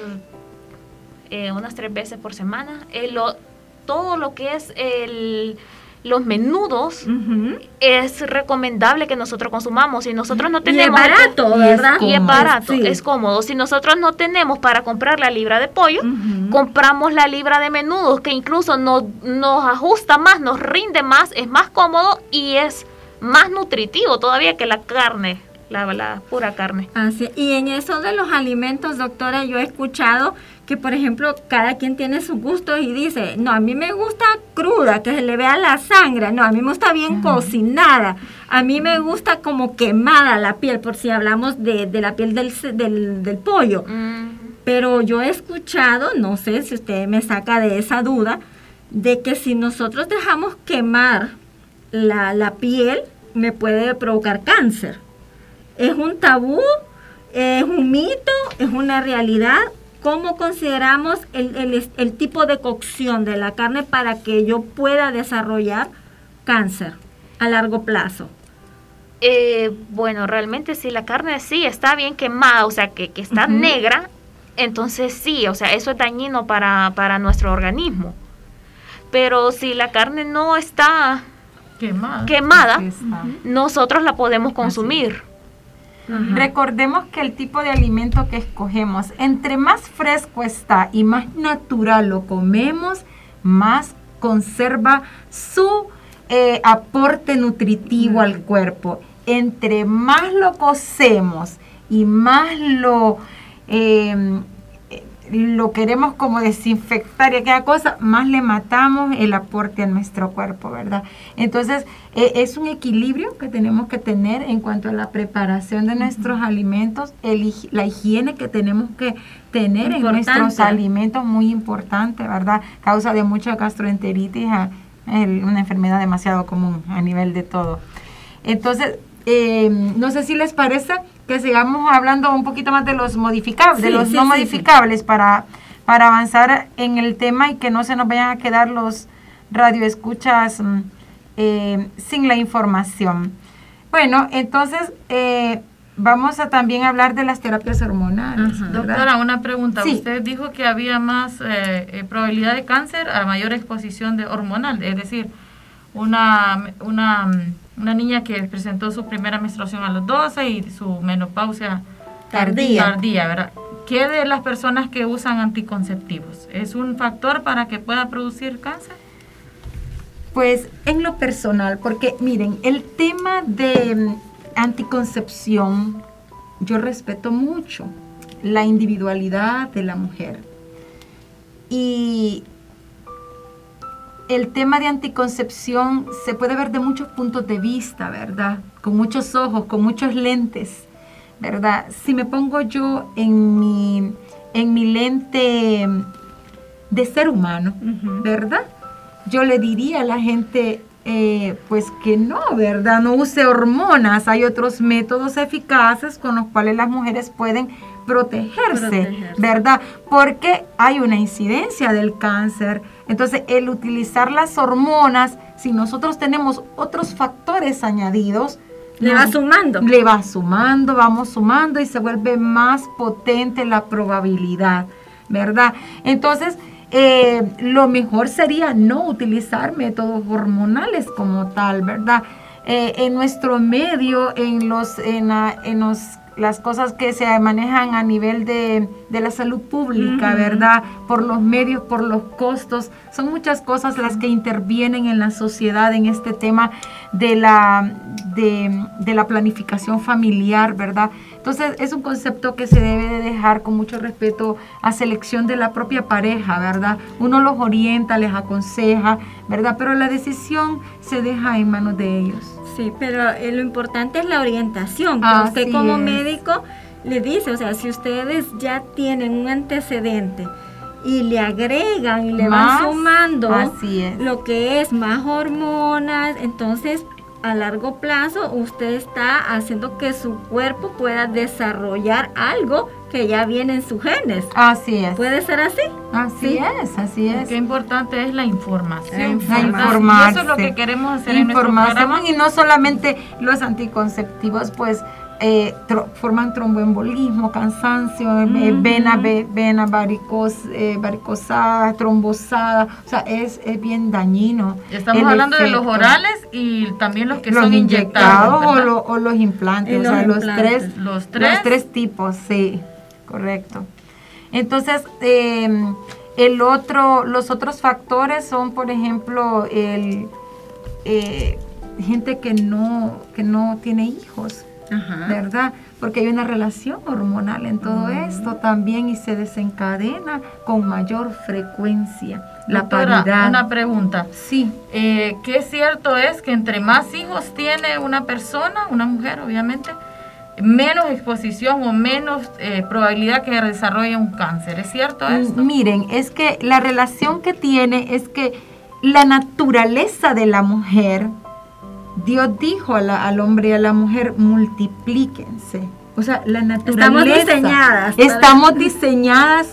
Speaker 6: eh, unas tres veces por semana. Eh, lo- todo lo que es el, los menudos
Speaker 1: Ujú.
Speaker 6: es recomendable que nosotros consumamos. Si nosotros no
Speaker 1: Y es
Speaker 6: tenemos...
Speaker 1: barato,
Speaker 5: y es
Speaker 1: ¿verdad?
Speaker 6: Y es
Speaker 5: cómodo,
Speaker 6: barato,
Speaker 1: Sí.
Speaker 6: es cómodo. Si nosotros no tenemos para comprar la libra de pollo,
Speaker 1: Ujú.
Speaker 6: compramos la libra de menudos, que incluso nos, nos ajusta más, nos rinde más, es más cómodo y es más nutritivo todavía que la carne, la, la pura carne.
Speaker 1: Así, y en eso de los alimentos, doctora, yo he escuchado que, por ejemplo, cada quien tiene sus gustos y dice, no, a mí me gusta cruda, que se le vea la sangre, no, a mí me gusta bien cocinada, a mí me gusta como quemada la piel, por si hablamos de, de la piel del, ce- del, del pollo.
Speaker 6: Mm,
Speaker 1: Pero yo he escuchado, no sé si usted me saca de esa duda, de que si nosotros dejamos quemar la, la piel, me puede provocar cáncer. ¿Es un tabú? ¿Es un mito? ¿Es una realidad? ¿cómo consideramos el, el, el tipo de cocción de la carne para que yo pueda desarrollar cáncer a largo plazo?
Speaker 6: Eh, bueno, realmente si la carne sí está bien quemada, o sea, que, que está uh-huh. negra, entonces sí, o sea, eso es dañino para, para nuestro organismo. Pero si la carne no está quemada, quemada está. nosotros la podemos consumir.
Speaker 5: Uh-huh. Recordemos que el tipo de alimento que escogemos, entre más fresco está y más natural lo comemos, más conserva su eh, aporte nutritivo uh-huh. al cuerpo. Entre más lo cocemos y más lo, eh, lo queremos como desinfectar y aquella cosa, más le matamos el aporte a nuestro cuerpo, ¿verdad? Entonces, eh, es un equilibrio que tenemos que tener en cuanto a la preparación de nuestros uh-huh. alimentos, el, la higiene que tenemos que tener importante. en nuestros alimentos, muy importante, ¿verdad? Causa de mucha gastroenteritis, el, una enfermedad demasiado común a nivel de todo. Entonces, Eh, no sé si les parece que sigamos hablando un poquito más de los modificables, sí, de los sí, no sí, modificables sí. Para, para avanzar en el tema y que no se nos vayan a quedar los radioescuchas eh, sin la información. Bueno, entonces eh, vamos a también hablar de las terapias hormonales.
Speaker 2: Uh-huh. Doctora, una pregunta. Sí. Usted dijo que había más eh, eh, probabilidad de cáncer a mayor exposición de hormonal, es decir, una... una Una niña que presentó su primera menstruación a los doce y su menopausia tardía, tardía ¿verdad? ¿Qué de las personas que usan anticonceptivos? ¿Es un factor para que pueda producir cáncer?
Speaker 5: Pues en lo personal, porque miren, el tema de anticoncepción, yo respeto mucho la individualidad de la mujer. Y el tema de anticoncepción se puede ver de muchos puntos de vista, ¿verdad? Con muchos ojos, con muchos lentes, ¿verdad? Si me pongo yo en mi, en mi lente de ser humano, uh-huh. ¿verdad? Yo le diría a la gente, eh, pues que no, ¿verdad? No use hormonas. Hay otros métodos eficaces con los cuales las mujeres pueden protegerse, protegerse, ¿verdad? Porque hay una incidencia del cáncer. Entonces, el utilizar las hormonas, si nosotros tenemos otros factores añadidos,
Speaker 1: le va sumando.
Speaker 5: Le va sumando, vamos sumando y se vuelve más potente la probabilidad, ¿verdad? Entonces, eh, lo mejor sería no utilizar métodos hormonales como tal, ¿verdad? Eh, en nuestro medio, en los, en, la, en los las cosas que se manejan a nivel de, de la salud pública, uh-huh. ¿verdad? Por los medios, por los costos, son muchas cosas las que intervienen en la sociedad en este tema de la, de, de la planificación familiar, ¿verdad? Entonces, es un concepto que se debe de dejar con mucho respeto a selección de la propia pareja, ¿verdad? Uno los orienta, les aconseja, ¿verdad? Pero la decisión se deja en manos de ellos.
Speaker 1: Sí, pero eh, lo importante es la orientación, que ah, usted como es. médico le dice, o sea, si ustedes ya tienen un antecedente y le agregan y le más, van sumando
Speaker 5: así es.
Speaker 1: lo que es más hormonas, entonces a largo plazo usted está haciendo que su cuerpo pueda desarrollar algo que ya viene en sus genes.
Speaker 5: Así es.
Speaker 1: ¿Puede ser así?
Speaker 5: Así ¿Sí? es, así es.
Speaker 2: Qué importante es la información.
Speaker 5: La informarse.
Speaker 2: Y eso es lo que queremos hacer
Speaker 5: Información,
Speaker 2: en nuestro programa.
Speaker 5: Y no solamente los anticonceptivos, pues eh, tro, forman tromboembolismo, cansancio, mm-hmm. eh, vena, ve, vena varicos, eh, varicosada, trombosada, o sea, es, es bien dañino.
Speaker 2: Estamos hablando efecto. de los orales y también los que los son inyectados,
Speaker 5: o, lo, o los implantes, o
Speaker 1: los
Speaker 5: sea,
Speaker 1: implantes.
Speaker 5: los tres,
Speaker 2: los tres,
Speaker 5: los tres tipos, sí, correcto. Entonces, eh, el otro, los otros factores son, por ejemplo, el eh, gente que no, que no tiene hijos. Ajá. ¿Verdad? Porque hay una relación hormonal en todo uh-huh. esto también y se desencadena con mayor frecuencia. La
Speaker 2: Doctora,
Speaker 5: paridad.
Speaker 2: Una pregunta.
Speaker 5: Sí.
Speaker 2: Eh, ¿Qué cierto es que entre más hijos tiene una persona, una mujer obviamente, menos exposición o menos eh, probabilidad que desarrolle un cáncer? ¿Es cierto esto?
Speaker 5: Miren, es que la relación que tiene es que la naturaleza de la mujer, Dios dijo a la, al hombre y a la mujer, multiplíquense. O sea, la naturaleza.
Speaker 1: Estamos diseñadas.
Speaker 5: Estamos diseñadas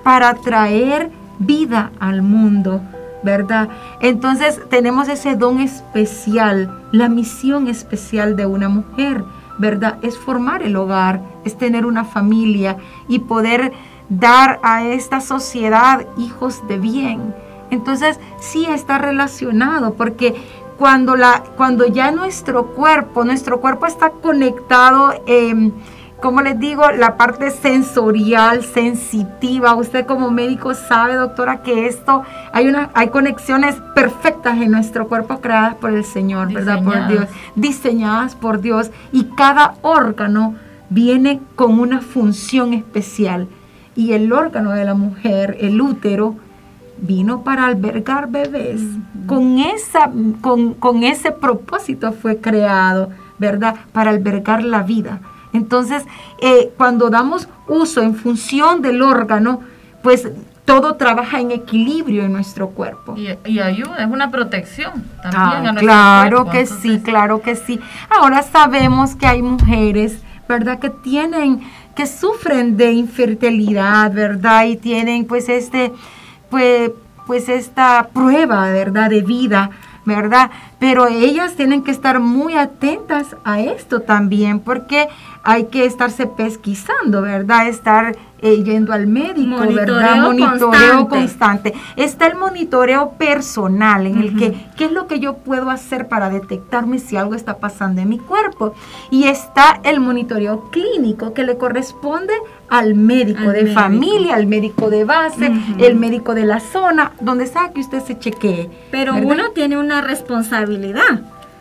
Speaker 5: para traer vida al mundo, ¿verdad? Entonces tenemos ese don especial, la misión especial de una mujer, ¿verdad? Es formar el hogar, es tener una familia y poder dar a esta sociedad hijos de bien. Entonces sí está relacionado, porque cuando, la, cuando ya nuestro cuerpo, nuestro cuerpo está conectado, eh, como les digo, la parte sensorial, sensitiva. Usted como médico sabe, doctora, que esto, hay, una, hay conexiones perfectas en nuestro cuerpo creadas por el Señor, ¿verdad? Por Dios, diseñadas por Dios. Y cada órgano viene con una función especial. Y el órgano de la mujer, el útero, vino para albergar bebés. Uh-huh. Con, esa, con, con ese propósito fue creado, ¿verdad? Para albergar la vida. Entonces, eh, cuando damos uso en función del órgano, pues todo trabaja en equilibrio en nuestro cuerpo.
Speaker 2: Y, y ayuda, es una protección también ah, a nuestro
Speaker 5: claro
Speaker 2: cuerpo.
Speaker 5: que Entonces, sí, claro que sí. Ahora sabemos que hay mujeres, ¿verdad?, que tienen, que sufren de infertilidad, ¿verdad? Y tienen pues este, pues, pues esta prueba, ¿verdad?, de vida, ¿verdad? Pero ellas tienen que estar muy atentas a esto también, porque hay que estarse pesquisando, ¿verdad? Estar eh, yendo al médico, monitoreo, ¿verdad? Monitoreo constante. constante. Está el monitoreo personal, en uh-huh. el que, ¿qué es lo que yo puedo hacer para detectarme si algo está pasando en mi cuerpo? Y está el monitoreo clínico, que le corresponde al médico al de médico. familia, al médico de base, uh-huh. el médico de la zona, donde sea que usted se chequee.
Speaker 1: Pero ¿verdad? Uno tiene una responsabilidad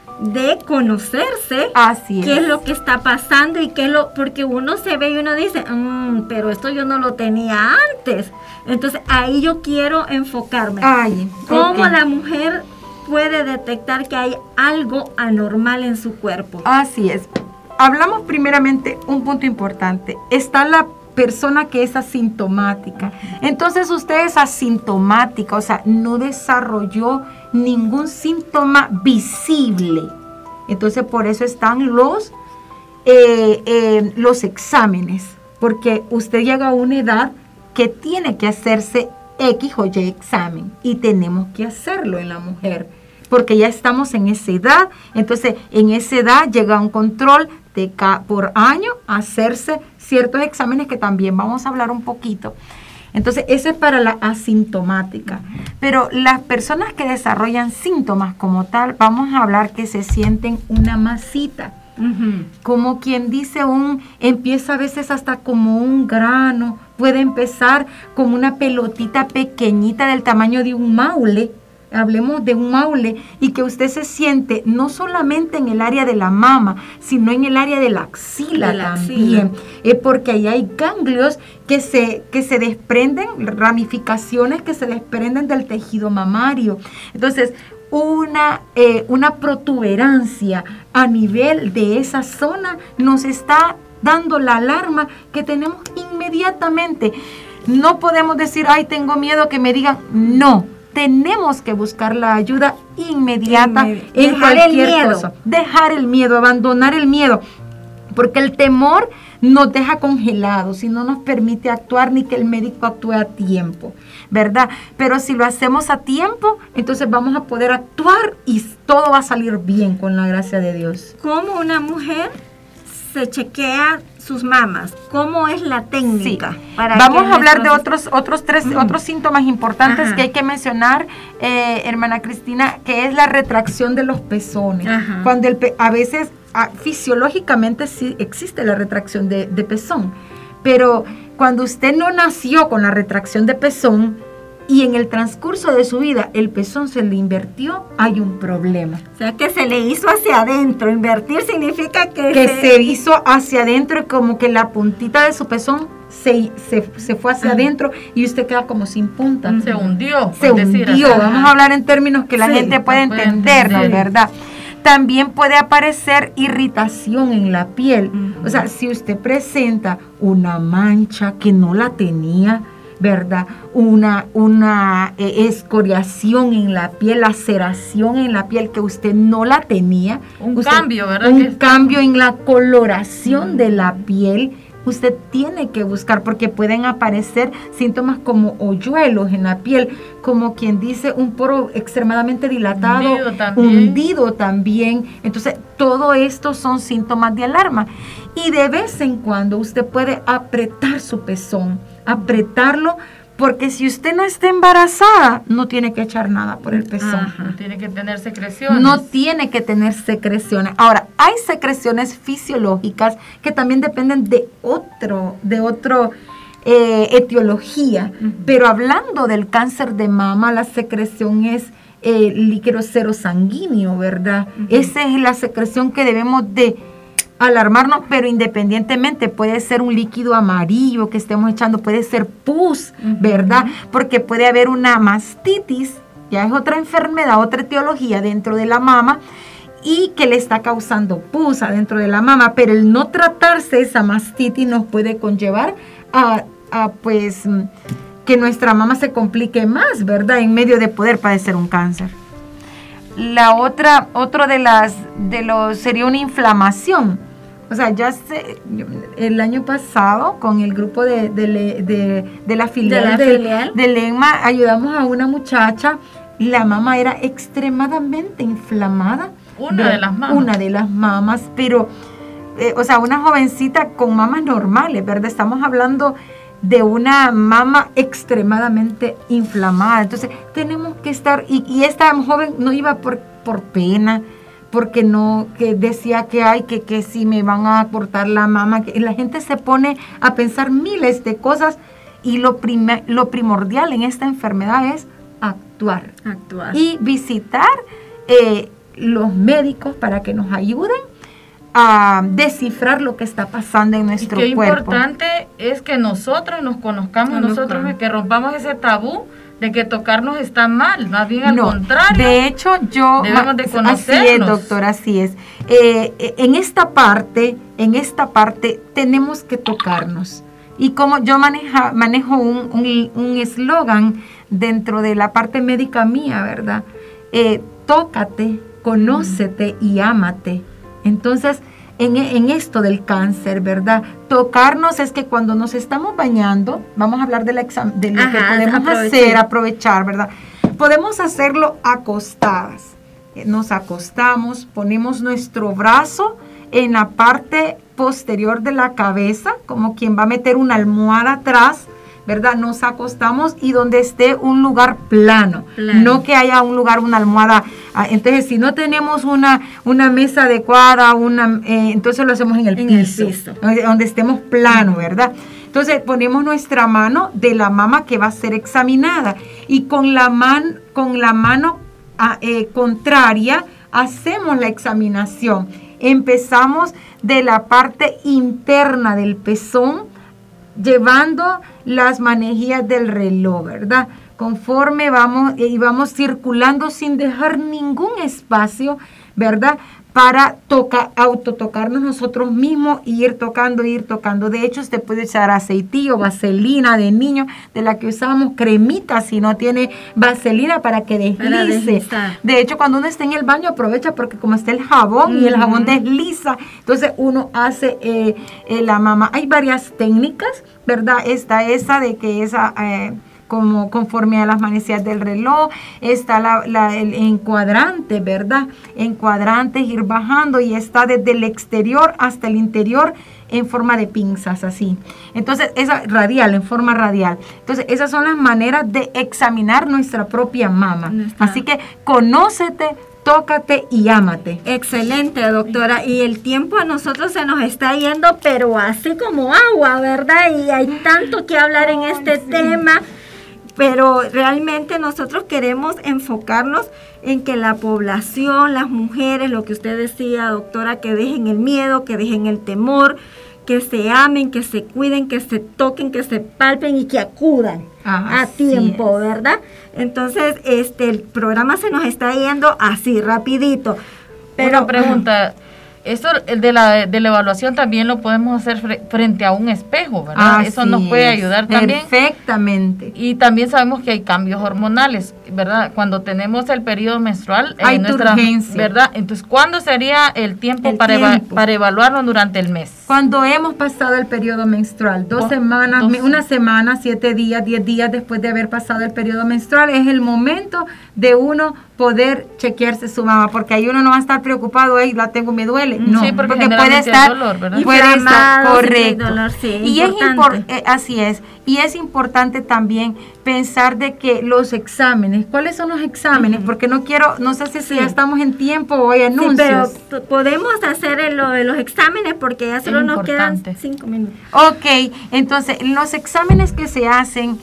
Speaker 1: de conocerse.
Speaker 5: Así es.
Speaker 1: Qué es lo que está pasando y qué es lo, porque uno se ve y uno dice, mmm, pero esto yo no lo tenía antes. Entonces ahí yo quiero enfocarme.
Speaker 5: Ay,
Speaker 1: ¿Cómo
Speaker 5: okay.
Speaker 1: la mujer puede detectar que hay algo anormal en su cuerpo?
Speaker 5: Así es. Hablamos primeramente un punto importante. Está la persona que es asintomática. Entonces usted es asintomática, o sea, no desarrolló ningún síntoma visible. Entonces por eso están los, eh, eh, los exámenes, porque usted llega a una edad que tiene que hacerse X o Y examen y tenemos que hacerlo en la mujer, porque ya estamos en esa edad. Entonces en esa edad llega un control de ca- por año hacerse ciertos exámenes que también vamos a hablar un poquito. Entonces, ese es para la asintomática. Pero las personas que desarrollan síntomas como tal, vamos a hablar que se sienten una masita. Uh-huh. Como quien dice, un empieza a veces hasta como un grano, puede empezar como una pelotita pequeñita del tamaño de un maule. Hablemos de un maule, y que usted se siente no solamente en el área de la mama, sino en el área de la axila de la también, eh, porque ahí hay ganglios que se, que se desprenden, ramificaciones que se desprenden del tejido mamario. Entonces, una, eh, una protuberancia a nivel de esa zona nos está dando la alarma que tenemos inmediatamente. No podemos decir, ay, tengo miedo que me digan, no. Tenemos que buscar la ayuda inmediata Inmedi- en cualquier cosa. Dejar el miedo, abandonar el miedo, porque el temor nos deja congelados y no nos permite actuar ni que el médico actúe a tiempo, ¿verdad? Pero si lo hacemos a tiempo, entonces vamos a poder actuar y todo va a salir bien con la gracia de Dios.
Speaker 1: ¿Cómo una mujer se chequea sus mamas? ¿Cómo es la técnica?
Speaker 5: Sí.
Speaker 1: Para
Speaker 5: Vamos a hablar de otros otros tres uh-huh. otros síntomas importantes
Speaker 1: Ajá.
Speaker 5: que hay que mencionar, eh, hermana Cristina, que es la retracción de los pezones. Ajá. Cuando el pe- a veces a, fisiológicamente sí existe la retracción de, de pezón, pero cuando usted no nació con la retracción de pezón y en el transcurso de su vida el pezón se le invirtió, hay un problema.
Speaker 1: O sea, que se le hizo hacia adentro. Invertir significa que...
Speaker 5: Que se, se hizo hacia adentro, y como que la puntita de su pezón se, se, se fue hacia uh-huh. adentro y usted queda como sin punta.
Speaker 2: Uh-huh. Se hundió.
Speaker 5: Se hundió. Decir, Vamos a hablar en términos que la sí, gente puede entendernos, sí. ¿verdad? También puede aparecer irritación en la piel. Uh-huh. O sea, si usted presenta una mancha que no la tenía, ¿verdad? Una, una eh, escoriación en la piel, laceración en la piel que usted no la tenía.
Speaker 2: Un
Speaker 5: usted,
Speaker 2: cambio, ¿verdad?
Speaker 5: Un
Speaker 2: que
Speaker 5: cambio está... en la coloración mm. de la piel, usted tiene que buscar, porque pueden aparecer síntomas como hoyuelos en la piel, como quien dice un poro extremadamente dilatado,
Speaker 2: hundido también.
Speaker 5: hundido también. Entonces, todo esto son síntomas de alarma. Y de vez en cuando usted puede apretar su pezón, apretarlo, porque si usted no está embarazada, no tiene que echar nada por el pezón.
Speaker 2: Ajá. No tiene que tener secreciones.
Speaker 5: No tiene que tener secreciones. Ahora, hay secreciones fisiológicas que también dependen de otro, de otro eh, etiología. Uh-huh. Pero hablando del cáncer de mama, la secreción es eh, líquido serosanguíneo, ¿verdad? Uh-huh. Esa es la secreción que debemos de alarmarnos, pero independientemente puede ser un líquido amarillo que estemos echando, puede ser pus, uh-huh. ¿verdad? Porque puede haber una mastitis, ya es otra enfermedad, otra etiología dentro de la mama y que le está causando pus adentro de la mama, pero el no tratarse esa mastitis nos puede conllevar a, a pues que nuestra mama se complique más, ¿verdad? En medio de poder padecer un cáncer. La otra, otro de las, de los, sería una inflamación. O sea, ya sé, yo, el año pasado con el grupo de, de, de, de la filial de, la de, filial. de Lema, ayudamos a una muchacha, la mama era extremadamente inflamada.
Speaker 2: Una de, de las mamas.
Speaker 5: Una de las mamas, pero, eh, o sea, una jovencita con mamas normales, ¿verdad? Estamos hablando de una mama extremadamente inflamada. Entonces, tenemos que estar, y, y esta joven no iba por, por pena, porque no, que decía que hay, que, que si me van a cortar la mama, que la gente se pone a pensar miles de cosas, y lo, prime, lo primordial en esta enfermedad es actuar.
Speaker 1: Actuar.
Speaker 5: Y visitar eh, los médicos para que nos ayuden a descifrar lo que está pasando en nuestro
Speaker 2: y qué
Speaker 5: cuerpo.
Speaker 2: Importante es que nosotros nos conozcamos, no nosotros y que rompamos ese tabú de que tocarnos está mal, más bien al
Speaker 5: no,
Speaker 2: contrario.
Speaker 5: De hecho, yo
Speaker 2: debemos de conocernos.
Speaker 5: Así es, doctora, así es. Eh, en esta parte, en esta parte tenemos que tocarnos. Y como yo maneja, manejo un eslogan dentro de la parte médica mía, ¿verdad? Eh, tócate, conócete y ámate. Entonces, en, en esto del cáncer, ¿verdad? Tocarnos es que cuando nos estamos bañando, vamos a hablar de, la exam- de lo Ajá, que podemos aprovechar. hacer, aprovechar, ¿verdad? Podemos hacerlo acostadas. Nos acostamos, ponemos nuestro brazo en la parte posterior de la cabeza, como quien va a meter una almohada atrás, ¿verdad? Nos acostamos y donde esté un lugar plano, plano. No que haya un lugar, una almohada. Entonces, si no tenemos una, una mesa adecuada, una, eh, entonces lo hacemos en el
Speaker 1: en
Speaker 5: piso,
Speaker 1: el piso.
Speaker 5: Donde, donde estemos plano, ¿verdad? Entonces, ponemos nuestra mano de la mama que va a ser examinada y con la, man, con la mano eh, contraria hacemos la examinación. Empezamos de la parte interna del pezón, llevando las manejillas del reloj, ¿verdad? Conforme vamos y vamos circulando sin dejar ningún espacio, ¿verdad? Para tocar, autotocarnos nosotros mismos y ir tocando, ir tocando. De hecho, usted puede echar aceitillo, vaselina de niño, de la que usamos, cremita, si no tiene vaselina para que deslice. Para de hecho, cuando uno está en el baño, aprovecha porque como está el jabón, uh-huh. y el jabón desliza, entonces uno hace eh, eh, la mama. Hay varias técnicas, ¿verdad? Está esa de que esa... Eh, como conforme a las manecillas del reloj, está la, la, el encuadrante, ¿verdad? Encuadrantes, ir bajando y está desde el exterior hasta el interior en forma de pinzas, así. Entonces, esa radial, en forma radial. Entonces, esas son las maneras de examinar nuestra propia mama. Así que, conócete, tócate y ámate.
Speaker 1: Excelente, doctora. Y el tiempo a nosotros se nos está yendo, pero así como agua, ¿verdad? Y hay tanto que hablar en este Ay, sí. tema. Pero realmente nosotros queremos enfocarnos en que la población, las mujeres, lo que usted decía, doctora, que dejen el miedo, que dejen el temor, que se amen, que se cuiden, que se toquen, que se palpen y que acudan ah, a tiempo, es. ¿verdad? Entonces, este, el programa se nos está yendo así, rapidito.
Speaker 2: Pero una pregunta, Esto de la, de la evaluación también lo podemos hacer fre- frente a un espejo, ¿verdad?
Speaker 5: Así
Speaker 2: Eso nos puede ayudar
Speaker 5: es,
Speaker 2: también.
Speaker 5: Perfectamente.
Speaker 2: Y también sabemos que hay cambios hormonales, ¿verdad? Cuando tenemos el periodo menstrual,
Speaker 5: Hay
Speaker 2: en nuestra,
Speaker 5: turgencia.
Speaker 2: ¿verdad? Entonces, ¿cuándo sería el tiempo,
Speaker 5: El
Speaker 2: para, eva-
Speaker 5: tiempo.
Speaker 2: para evaluarlo durante el mes?
Speaker 5: Cuando hemos pasado el periodo menstrual, dos
Speaker 2: Oh,
Speaker 5: semanas,
Speaker 2: dos-
Speaker 5: me- una semana, siete días, diez días después de haber pasado el periodo menstrual, es el momento de uno poder chequearse su mama, porque ahí uno no va a estar preocupado, ay, la tengo, me duele.
Speaker 2: Mm,
Speaker 5: No,
Speaker 2: sí, porque
Speaker 5: puede
Speaker 2: generalmente hay
Speaker 5: estar,
Speaker 2: dolor, ¿verdad?
Speaker 5: puede estar
Speaker 1: Inflamado, sí,
Speaker 5: correcto.
Speaker 1: dolor, sí,
Speaker 5: y es
Speaker 1: importante.
Speaker 5: impor- eh, así es, y es importante también pensar de que los exámenes, ¿cuáles son los exámenes? Porque no quiero, no sé si, si
Speaker 1: Sí.
Speaker 5: ya estamos en tiempo o hay
Speaker 1: Sí,
Speaker 5: anuncios.
Speaker 1: pero p- podemos hacer el- lo de los exámenes porque ya solo
Speaker 2: Es
Speaker 1: nos quedan
Speaker 2: importante.
Speaker 1: cinco minutos.
Speaker 5: Ok, entonces los exámenes que se hacen,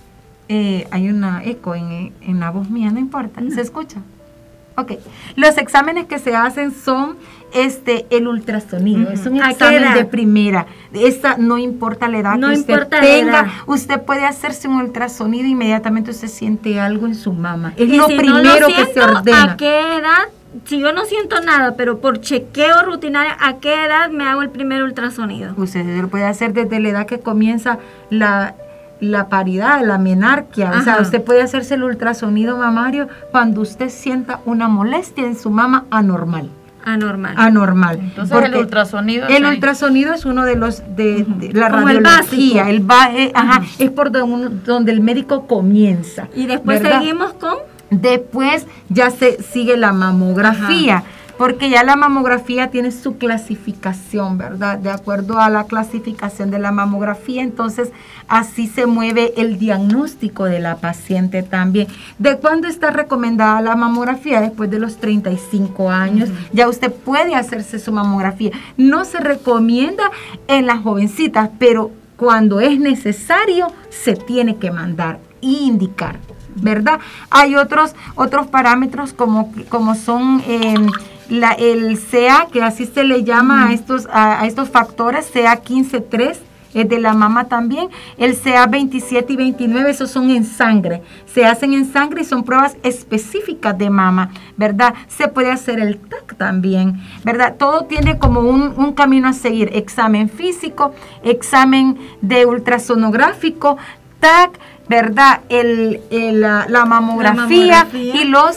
Speaker 5: eh, hay una eco en, en la voz mía, no importa, ¿se escucha? Ok, los exámenes que se hacen son este el ultrasonido, es un
Speaker 1: ¿A qué
Speaker 5: examen
Speaker 1: edad?
Speaker 5: de primera, esa no importa la edad
Speaker 1: No
Speaker 5: que usted
Speaker 1: importa la
Speaker 5: tenga,
Speaker 1: edad.
Speaker 5: usted puede hacerse un ultrasonido, inmediatamente usted siente algo en su mama, es
Speaker 1: Y
Speaker 5: lo
Speaker 1: si no
Speaker 5: primero
Speaker 1: lo
Speaker 5: que se
Speaker 1: siento,
Speaker 5: ordena.
Speaker 1: ¿a qué edad? Si yo no siento nada, pero por chequeo rutinario, ¿a qué edad me hago el primer ultrasonido?
Speaker 5: Usted lo puede hacer desde la edad que comienza la, la paridad, la menarquia. O sea,
Speaker 1: Ajá.
Speaker 5: usted puede hacerse el ultrasonido mamario cuando usted sienta una molestia en su mama anormal.
Speaker 1: Anormal.
Speaker 5: Anormal.
Speaker 2: Entonces, el ultrasonido
Speaker 5: El
Speaker 2: sería-
Speaker 5: ultrasonido es uno de los de, de la
Speaker 1: Como el
Speaker 5: radiología.
Speaker 1: básico.
Speaker 5: El ba- eh, ajá, es por donde, uno- donde el médico comienza.
Speaker 1: Y después
Speaker 5: ¿verdad?
Speaker 1: seguimos con...
Speaker 5: Después ya se sigue la mamografía, porque ya la mamografía tiene su clasificación, ¿verdad? De acuerdo a la clasificación de la mamografía, entonces así se mueve el diagnóstico de la paciente también. ¿De cuándo está recomendada la mamografía? Después de los treinta y cinco años, ya usted puede hacerse su mamografía. No se recomienda en las jovencitas, pero cuando es necesario se tiene que mandar e indicar, ¿verdad? Hay otros otros parámetros como, como son eh, la, el C A, que así se le llama a estos a, a estos factores, C A quince tres, es de la mama también, el C A veintisiete y veintinueve, esos son en sangre, se hacen en sangre y son pruebas específicas de mama, ¿verdad? Se puede hacer el T A C también, ¿verdad? Todo tiene como un, un camino a seguir, examen físico, examen de ultrasonográfico, T A C, ¿verdad? El, el, la, la, mamografía
Speaker 1: La mamografía.
Speaker 5: y los,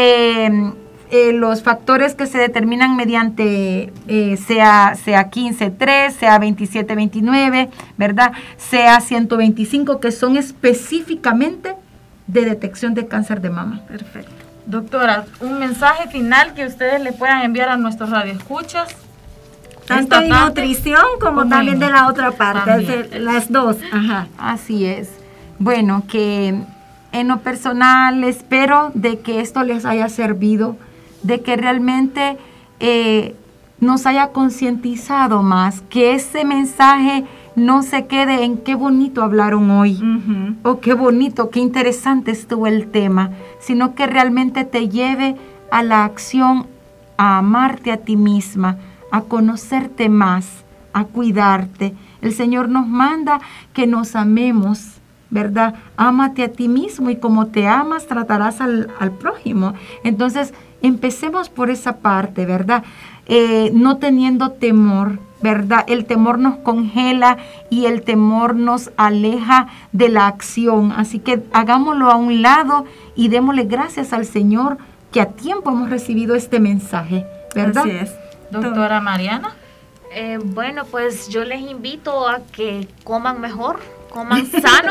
Speaker 5: eh, eh, los factores que se determinan mediante eh, C A quince tres, C A veintisiete veintinueve, ¿verdad? C A ciento veinticinco, que son específicamente de detección de cáncer de mama.
Speaker 1: Perfecto.
Speaker 2: Doctora, un mensaje final que ustedes le puedan enviar a nuestros radioescuchas.
Speaker 1: Tanto
Speaker 2: Esta
Speaker 1: de
Speaker 2: tarde,
Speaker 1: nutrición como
Speaker 2: como
Speaker 1: también
Speaker 2: en-
Speaker 1: de la otra parte,
Speaker 2: también.
Speaker 1: es decir, las dos. Ajá.
Speaker 5: Así es. Bueno, que en lo personal espero de que esto les haya servido, de que realmente eh, nos haya concientizado más, que ese mensaje no se quede en qué bonito hablaron hoy,
Speaker 1: Ujú.
Speaker 5: o qué bonito, qué interesante estuvo el tema, sino que realmente te lleve a la acción, a amarte a ti misma, a conocerte más, a cuidarte. El Señor nos manda que nos amemos, ¿verdad? Ámate a ti mismo y como te amas tratarás al, al prójimo. Entonces, empecemos por esa parte, ¿verdad? Eh, no teniendo temor, ¿verdad? El temor nos congela y el temor nos aleja de la acción. Así que hagámoslo a un lado y démosle gracias al Señor que a tiempo hemos recibido este mensaje, ¿verdad?
Speaker 1: Así es.
Speaker 2: Doctora Mariana.
Speaker 6: Eh, bueno, pues yo les invito a que coman mejor, coman sano,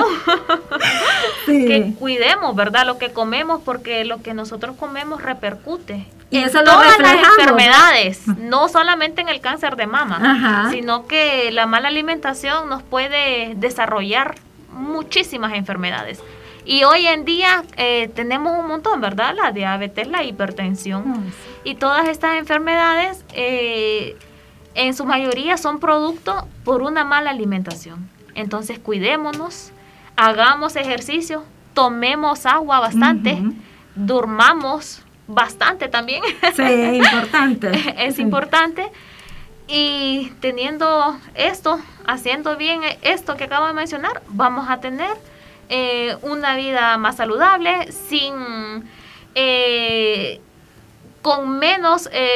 Speaker 1: Sí.
Speaker 6: que cuidemos, ¿verdad? Lo que comemos, porque lo que nosotros comemos repercute
Speaker 1: Y
Speaker 6: en
Speaker 1: eso lo
Speaker 6: todas las
Speaker 1: reflejamos.
Speaker 6: enfermedades, no solamente en el cáncer de mama,
Speaker 1: Ajá.
Speaker 6: sino que la mala alimentación nos puede desarrollar muchísimas enfermedades. Y hoy en día eh, tenemos un montón, ¿verdad? La diabetes, la hipertensión
Speaker 5: Ah,
Speaker 6: y todas estas enfermedades eh, en su mayoría son producto por una mala alimentación. Entonces cuidémonos, hagamos ejercicio, tomemos agua bastante,
Speaker 1: Ujú.
Speaker 6: durmamos bastante también,
Speaker 1: Sí, es importante.
Speaker 6: es
Speaker 1: Sí.
Speaker 6: importante. Y teniendo esto, haciendo bien esto que acabo de mencionar, vamos a tener eh, una vida más saludable, sin eh, con menos eh,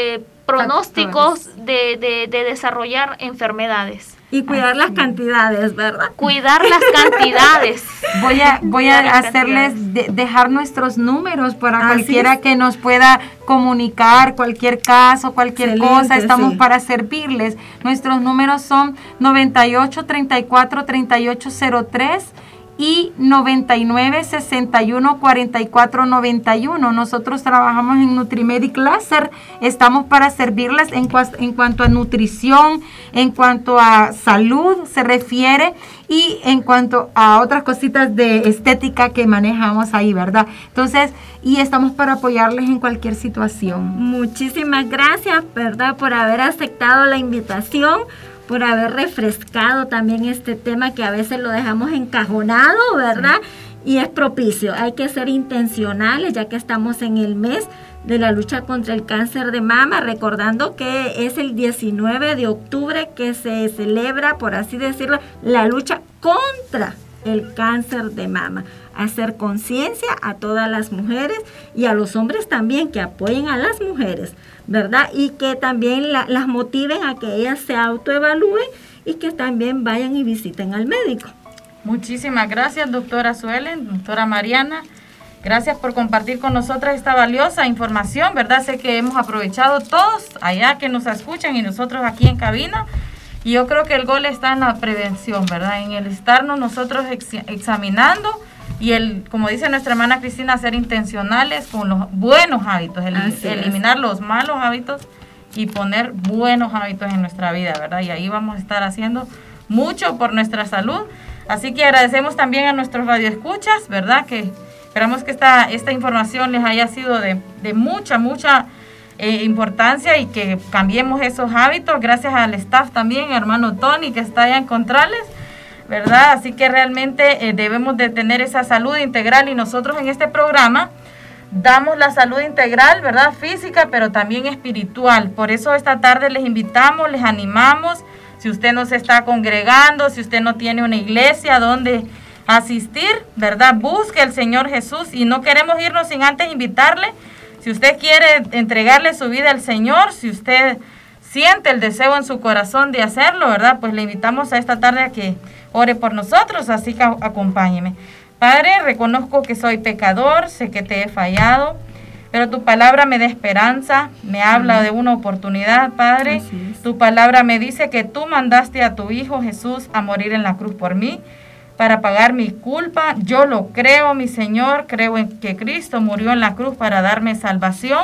Speaker 6: pronósticos de, de, de desarrollar enfermedades.
Speaker 1: Y cuidar las cantidades, ¿verdad?
Speaker 6: Cuidar las cantidades.
Speaker 5: Voy a, voy a hacerles, de, dejar nuestros números para Así cualquiera es. que nos pueda comunicar, cualquier caso, cualquier Excelente, cosa, estamos sí. para servirles. Nuestros números son noventa y ocho, treinta y cuatro, treinta y ocho cero tres y noventa y nueve, sesenta y uno, cuarenta y cuatro, noventa y uno. Nosotros trabajamos en Nutrimedic Láser, estamos para servirles en, en cuanto a nutrición, en cuanto a salud se refiere y en cuanto a otras cositas de estética que manejamos ahí, ¿verdad? Entonces, y estamos para apoyarles en cualquier situación.
Speaker 1: Muchísimas gracias, ¿verdad?, por haber aceptado la invitación, por haber refrescado también este tema que a veces lo dejamos encajonado, ¿verdad? Sí. Y es propicio. Hay que ser intencionales ya que estamos en el mes de la lucha contra el cáncer de mama, recordando que es el diecinueve de octubre que se celebra, por así decirlo, la lucha contra el cáncer de mama. Hacer conciencia a todas las mujeres y a los hombres también que apoyen a las mujeres, ¿verdad? Y que también la, las motiven a que ellas se autoevalúen y que también vayan y visiten al médico.
Speaker 4: Muchísimas gracias, doctora Suelen, doctora Mariana. Gracias por compartir con nosotras esta valiosa información, ¿verdad? Sé que hemos aprovechado todos allá que nos escuchan y nosotros aquí en cabina. Y yo creo que el gol está en la prevención, ¿verdad? En el estarnos nosotros ex examinando y el, como dice nuestra hermana Cristina, ser intencionales con los buenos hábitos, el, eliminar los malos hábitos y poner buenos hábitos en nuestra vida, ¿verdad? Y ahí vamos a estar haciendo mucho por nuestra salud. Así que agradecemos también a nuestros radioescuchas, ¿verdad? Que esperamos que esta, esta información les haya sido de, de mucha, mucha eh, importancia y que cambiemos esos hábitos. Gracias al staff también, hermano Tony, que está allá en Contrales, ¿verdad? Así que realmente eh, debemos de tener esa salud integral y nosotros en este programa damos la salud integral, ¿verdad? Física, pero también espiritual. Por eso esta tarde les invitamos, les animamos. Si usted no se está congregando, si usted no tiene una iglesia donde asistir, ¿verdad? Busque al Señor Jesús y no queremos irnos sin antes invitarle. Si usted quiere entregarle su vida al Señor, si usted siente el deseo en su corazón de hacerlo, ¿verdad? Pues le invitamos a esta tarde a que ore por nosotros, así que acompáñeme. Padre, reconozco que soy pecador, sé que te he fallado, pero tu palabra me da esperanza, me habla Amén. de una oportunidad, Padre. Tu palabra me dice que tú mandaste a tu Hijo Jesús a morir en la cruz por mí, para pagar mi culpa. Yo lo creo, mi Señor, creo en que Cristo murió en la cruz para darme salvación.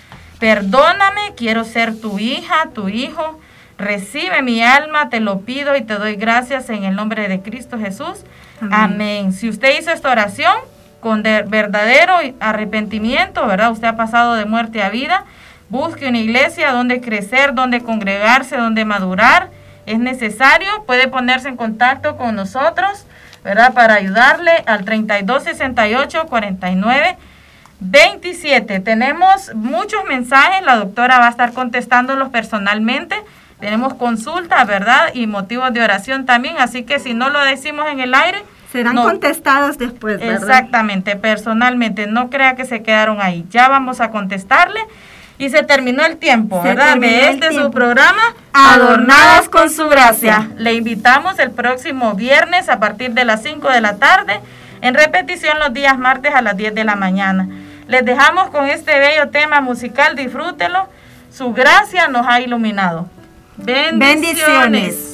Speaker 4: Perdóname, quiero ser tu hija, tu hijo. Recibe mi alma, te lo pido y te doy gracias en el nombre de Cristo Jesús. Amén. Amén. Si usted hizo esta oración con verdadero arrepentimiento, ¿verdad? Usted ha pasado de muerte a vida. Busque una iglesia donde crecer, donde congregarse, donde madurar. Es necesario, puede ponerse en contacto con nosotros, ¿verdad? Para ayudarle al treinta y dos, sesenta y ocho, cuarenta y nueve, veintisiete. Tenemos muchos mensajes, la doctora va a estar contestándolos personalmente. Tenemos consultas, ¿verdad? Y motivos de oración también, así que si no lo decimos en el aire,
Speaker 1: serán no, contestados después, ¿verdad?
Speaker 4: Exactamente, personalmente, no crea que se quedaron ahí. Ya vamos a contestarle. Y se terminó el tiempo, se ¿verdad? De este su programa, Adornadas con su gracia. Le invitamos el próximo viernes a partir de las cinco de la tarde, en repetición los días martes a las diez de la mañana. Les dejamos con este bello tema musical, disfrútelo. Su gracia nos ha iluminado. Bendiciones. Bendiciones.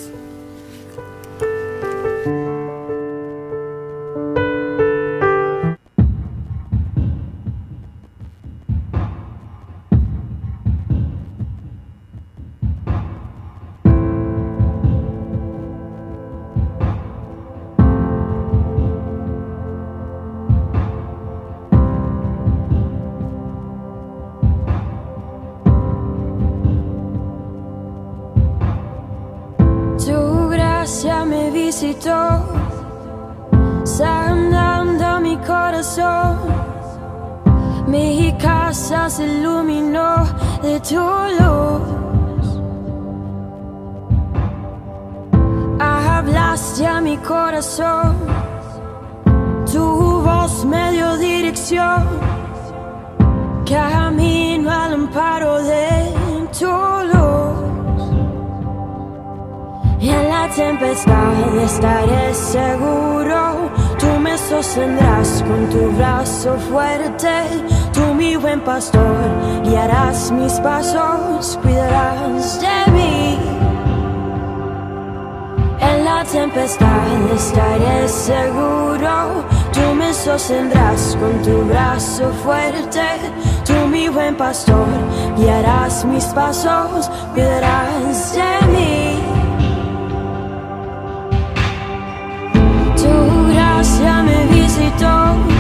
Speaker 3: Me visitó, sanando mi corazón, mi casa se iluminó de tu luz. Hablaste a mi corazón, tu voz me dio dirección, camino al amparo de tu tempestad estaré seguro, tú me sostendrás con tu brazo fuerte, tú mi buen pastor, guiarás mis pasos, cuidarás de mí. En la tempestad estaré seguro, tú me sostendrás con tu brazo fuerte, tú mi buen pastor, guiarás mis pasos, cuidarás de mí. Tu gracia me visitó,